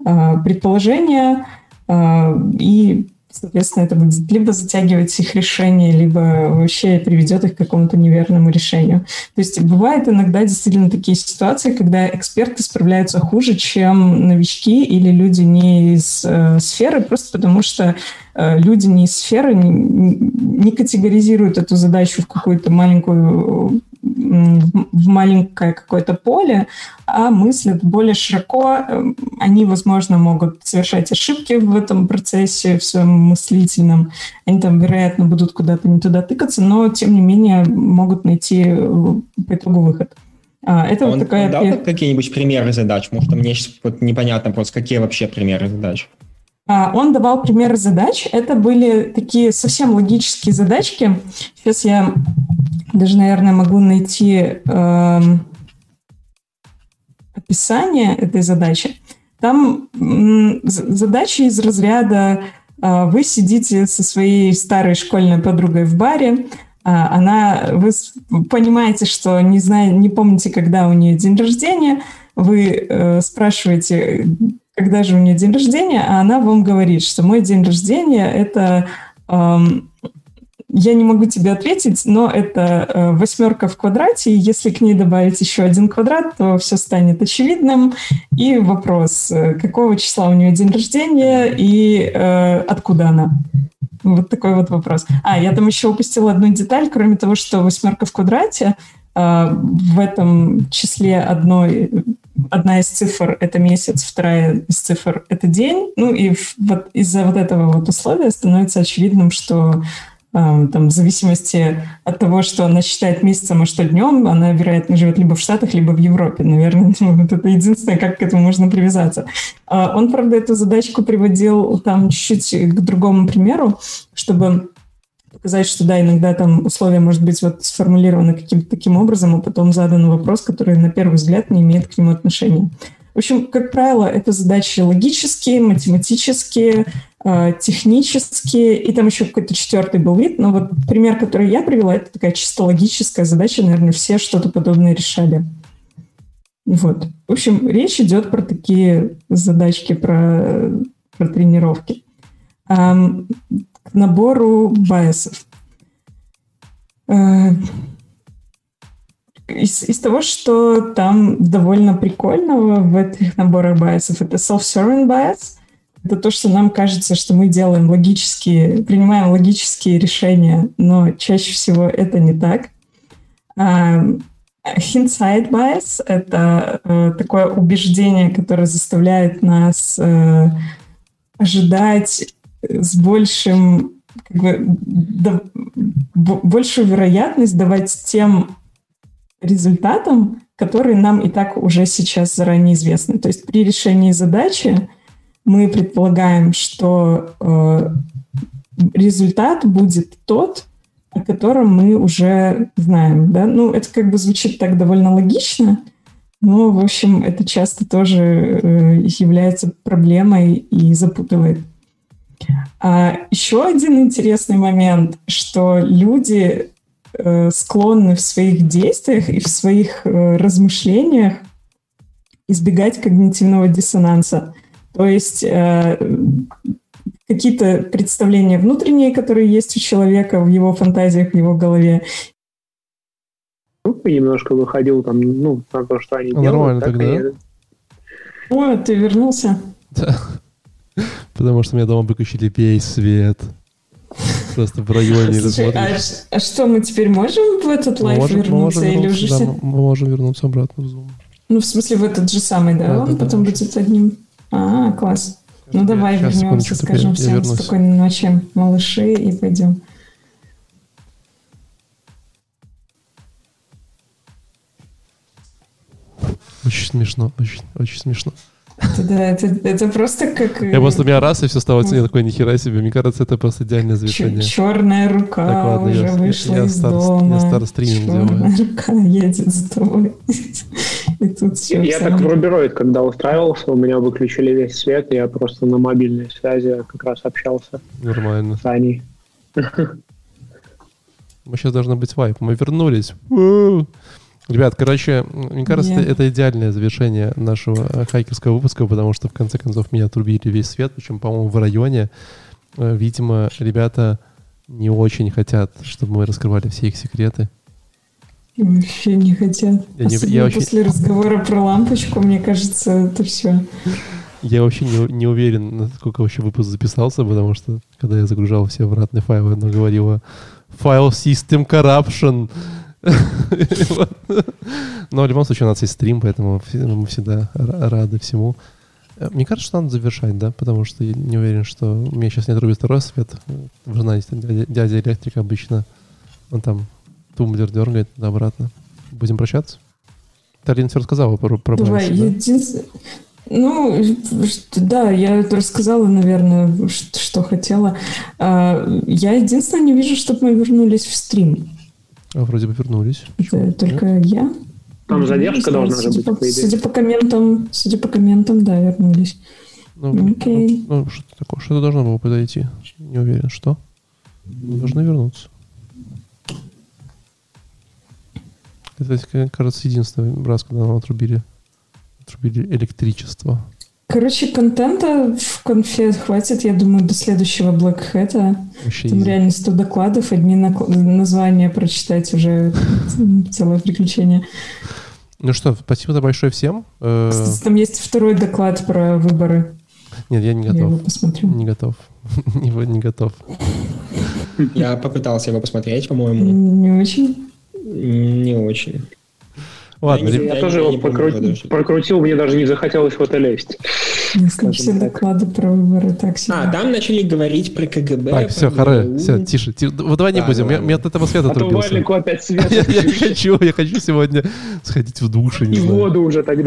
предположения, и, соответственно, это будет либо затягивать их решение, либо вообще приведет их к какому-то неверному решению. То есть бывают иногда действительно такие ситуации, когда эксперты справляются хуже, чем новички или люди не из э, сферы, просто потому что э, люди не из сферы не, не категоризируют эту задачу в какую-то маленькую в маленькое какое-то поле, а мыслят более широко. Они, возможно, могут совершать ошибки в этом процессе, в своем мыслительном. Они там, вероятно, будут куда-то не туда тыкаться, но, тем не менее, могут найти по итогу выход. А, это а вот он такая... дал какие-нибудь примеры задач? Может, мне сейчас вот непонятно просто, какие вообще примеры задач? Он давал примеры задач. Это были такие совсем логические задачки. Сейчас я даже, наверное, могу найти э, описание этой задачи. Там м, задачи из разряда э, вы сидите со своей старой школьной подругой в баре, э, она, вы понимаете, что не, знаю, не помните, когда у нее день рождения, вы э, спрашиваете, когда же у нее день рождения, а она вам говорит, что мой день рождения — это... Э, я не могу тебе ответить, но это э, восьмерка в квадрате, и если к ней добавить еще один квадрат, то все станет очевидным. И вопрос, э, какого числа у нее день рождения и э, откуда она? Вот такой вот вопрос. А, я там еще упустила одну деталь, кроме того, что восьмерка в квадрате, э, в этом числе одной... Одна из цифр — это месяц, вторая из цифр — это день. Ну и вот из-за вот этого вот условия становится очевидным, что э, там, в зависимости от того, что она считает месяцем, а что днем, она, вероятно, живет либо в Штатах, либо в Европе. Наверное, вот это единственное, как к этому можно привязаться. Э, он, правда, эту задачку приводил там чуть-чуть к другому примеру, чтобы показать, что да, иногда там условия, может быть, вот сформулированы каким-то таким образом, а потом задан вопрос, который на первый взгляд не имеет к нему отношения. В общем, как правило, это задачи логические, математические, э, технические, и там еще какой-то четвертый был вид, но вот пример, который я привела, это такая чисто логическая задача, наверное, все что-то подобное решали. Вот. В общем, речь идет про такие задачки, про, про тренировки. Um, к набору байесов. Uh, из, из того, что там довольно прикольного в этих наборах байесов, это self-serving bias. Это то, что нам кажется, что мы делаем логические, принимаем логические решения, но чаще всего это не так. Uh, hindsight bias — это uh, такое убеждение, которое заставляет нас uh, ожидать с большим, как бы, да, большую вероятность давать тем результатам, которые нам и так уже сейчас заранее известны. То есть при решении задачи мы предполагаем, что э, результат будет тот, о котором мы уже знаем. Да? Ну, это как бы звучит так довольно логично, но, в общем, это часто тоже э, является проблемой и запутывает. А еще один интересный момент, что люди э, склонны в своих действиях и в своих э, размышлениях избегать когнитивного диссонанса. То есть э, какие-то представления внутренние, которые есть у человека в его фантазиях, в его голове. Немножко выходил там, ну, на то, что они а делают. Нормально тогда, они... да? О, ты вернулся? Да. Потому что у меня дома выключили весь свет. Просто в районе. Слушай, а, а что, мы теперь можем в этот лайф можем, вернуться? Мы или вернуться, уже да, мы можем вернуться обратно в Zoom. Ну, в смысле, в этот же самый, да? да Он да, потом да, будет одним. А, класс. Ну, я, давай вернемся, скажем я, всем я спокойной ночи, малыши, и пойдем. Очень смешно, очень, очень смешно. Это, да, это, это просто как... Я просто у меня раз, и все стало цене такой, нихера себе. Мне кажется, это просто идеальное завершение. Черная рука так, ладно, уже я, вышла я, из я дома. Я стар-стриминг делаю. Черная рука едет за тобой. И тут все я так в Рубероид, когда устраивался, у меня выключили весь свет, и я просто на мобильной связи как раз общался. Нормально. С Аней. Мы сейчас должны быть вайп. Мы вернулись. У-у-у. Ребят, короче, мне кажется, Нет. это, это идеальное завершение нашего хайкерского выпуска, потому что в конце концов меня отрубили весь свет, причем, по-моему, в районе. Видимо, ребята не очень хотят, чтобы мы раскрывали все их секреты. Вообще не хотят. Я не- Особенно я очень- после разговора про лампочку, мне кажется, это все. Я вообще не, не уверен, насколько вообще выпуск записался, потому что, когда я загружал все обратные файлы, оно говорило «File System Corruption». Но в любом случае у нас есть стрим, поэтому мы всегда р- рады всему. Мне кажется, что надо завершать, да, потому что я не уверен, что у меня сейчас не отрубит второй свет. Вы знаете, дядя, дядя электрик обычно, он там тумблер дергает туда-обратно. Будем прощаться? Талин все рассказала про, про Давай, Банси, да? единственное... Ну, что- да, я это рассказала, наверное, что, что хотела. А, Я единственное не вижу, чтобы мы вернулись в стрим. А, вроде бы вернулись. Это только я. Там задержка Не знаю, должна же судя быть, по, по идее. судя по комментам, судя по комментам, да, вернулись. Ну, Окей. ну, ну, что такое? Что-то должно было подойти. Не уверен, что. Мы должны вернуться. Это, кажется, единственный раз, когда нам отрубили, отрубили электричество. Короче, контента в конфе хватит, я думаю, до следующего Black Hat. Вообще Там easy. реально сто докладов, одни нак- названия прочитать уже целое приключение. Ну что, спасибо большое всем. Э, Кстати, там есть второй доклад про выборы. Нет, я не Я его готов. посмотрю. Не готов. Не не готов. Я попытался его посмотреть, по-моему, Не очень. не очень. Ладно, Я ребят, Я Я тоже не- его я не помню прокру- его даже. прокрутил, мне даже не захотелось в это лезть. Если Скажем все так. доклады про выборы так себе. А, там начали говорить про КГБ. так, про все, харе, ГРУ. все, тише. ти- Вот давай не Да, будем. ну Я- ладно. Мне от этого света А то отрубился. Валику опять свет Я я не включишь. хочу, я хочу сегодня сходить в душ, и не И знаю. воду уже тогда.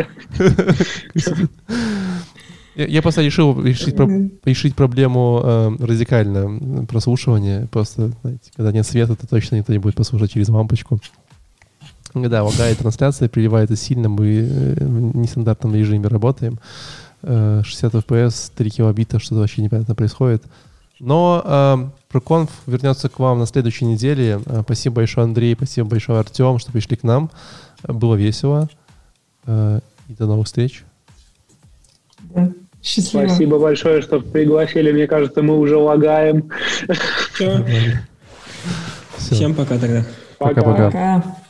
Я, я просто решил решить, про- решить проблему э, радикально прослушивания. Просто, знаете, когда нет света, то точно никто не будет послушать через лампочку. Когда лагает трансляция, приливает это сильно, мы э, в нестандартном режиме работаем. Э, шестьдесят эф пи эс, три килобита, что-то вообще непонятно происходит. Но э, ProConf вернется к вам на следующей неделе. Э, спасибо большое, Андрей, спасибо большое, Артем, что пришли к нам. Э, Было весело. Э, и до новых встреч. Да. Счастливо. Спасибо большое, что пригласили. Мне кажется, мы уже лагаем. Всё. Всё. Всем пока тогда. Пока-пока. Пока.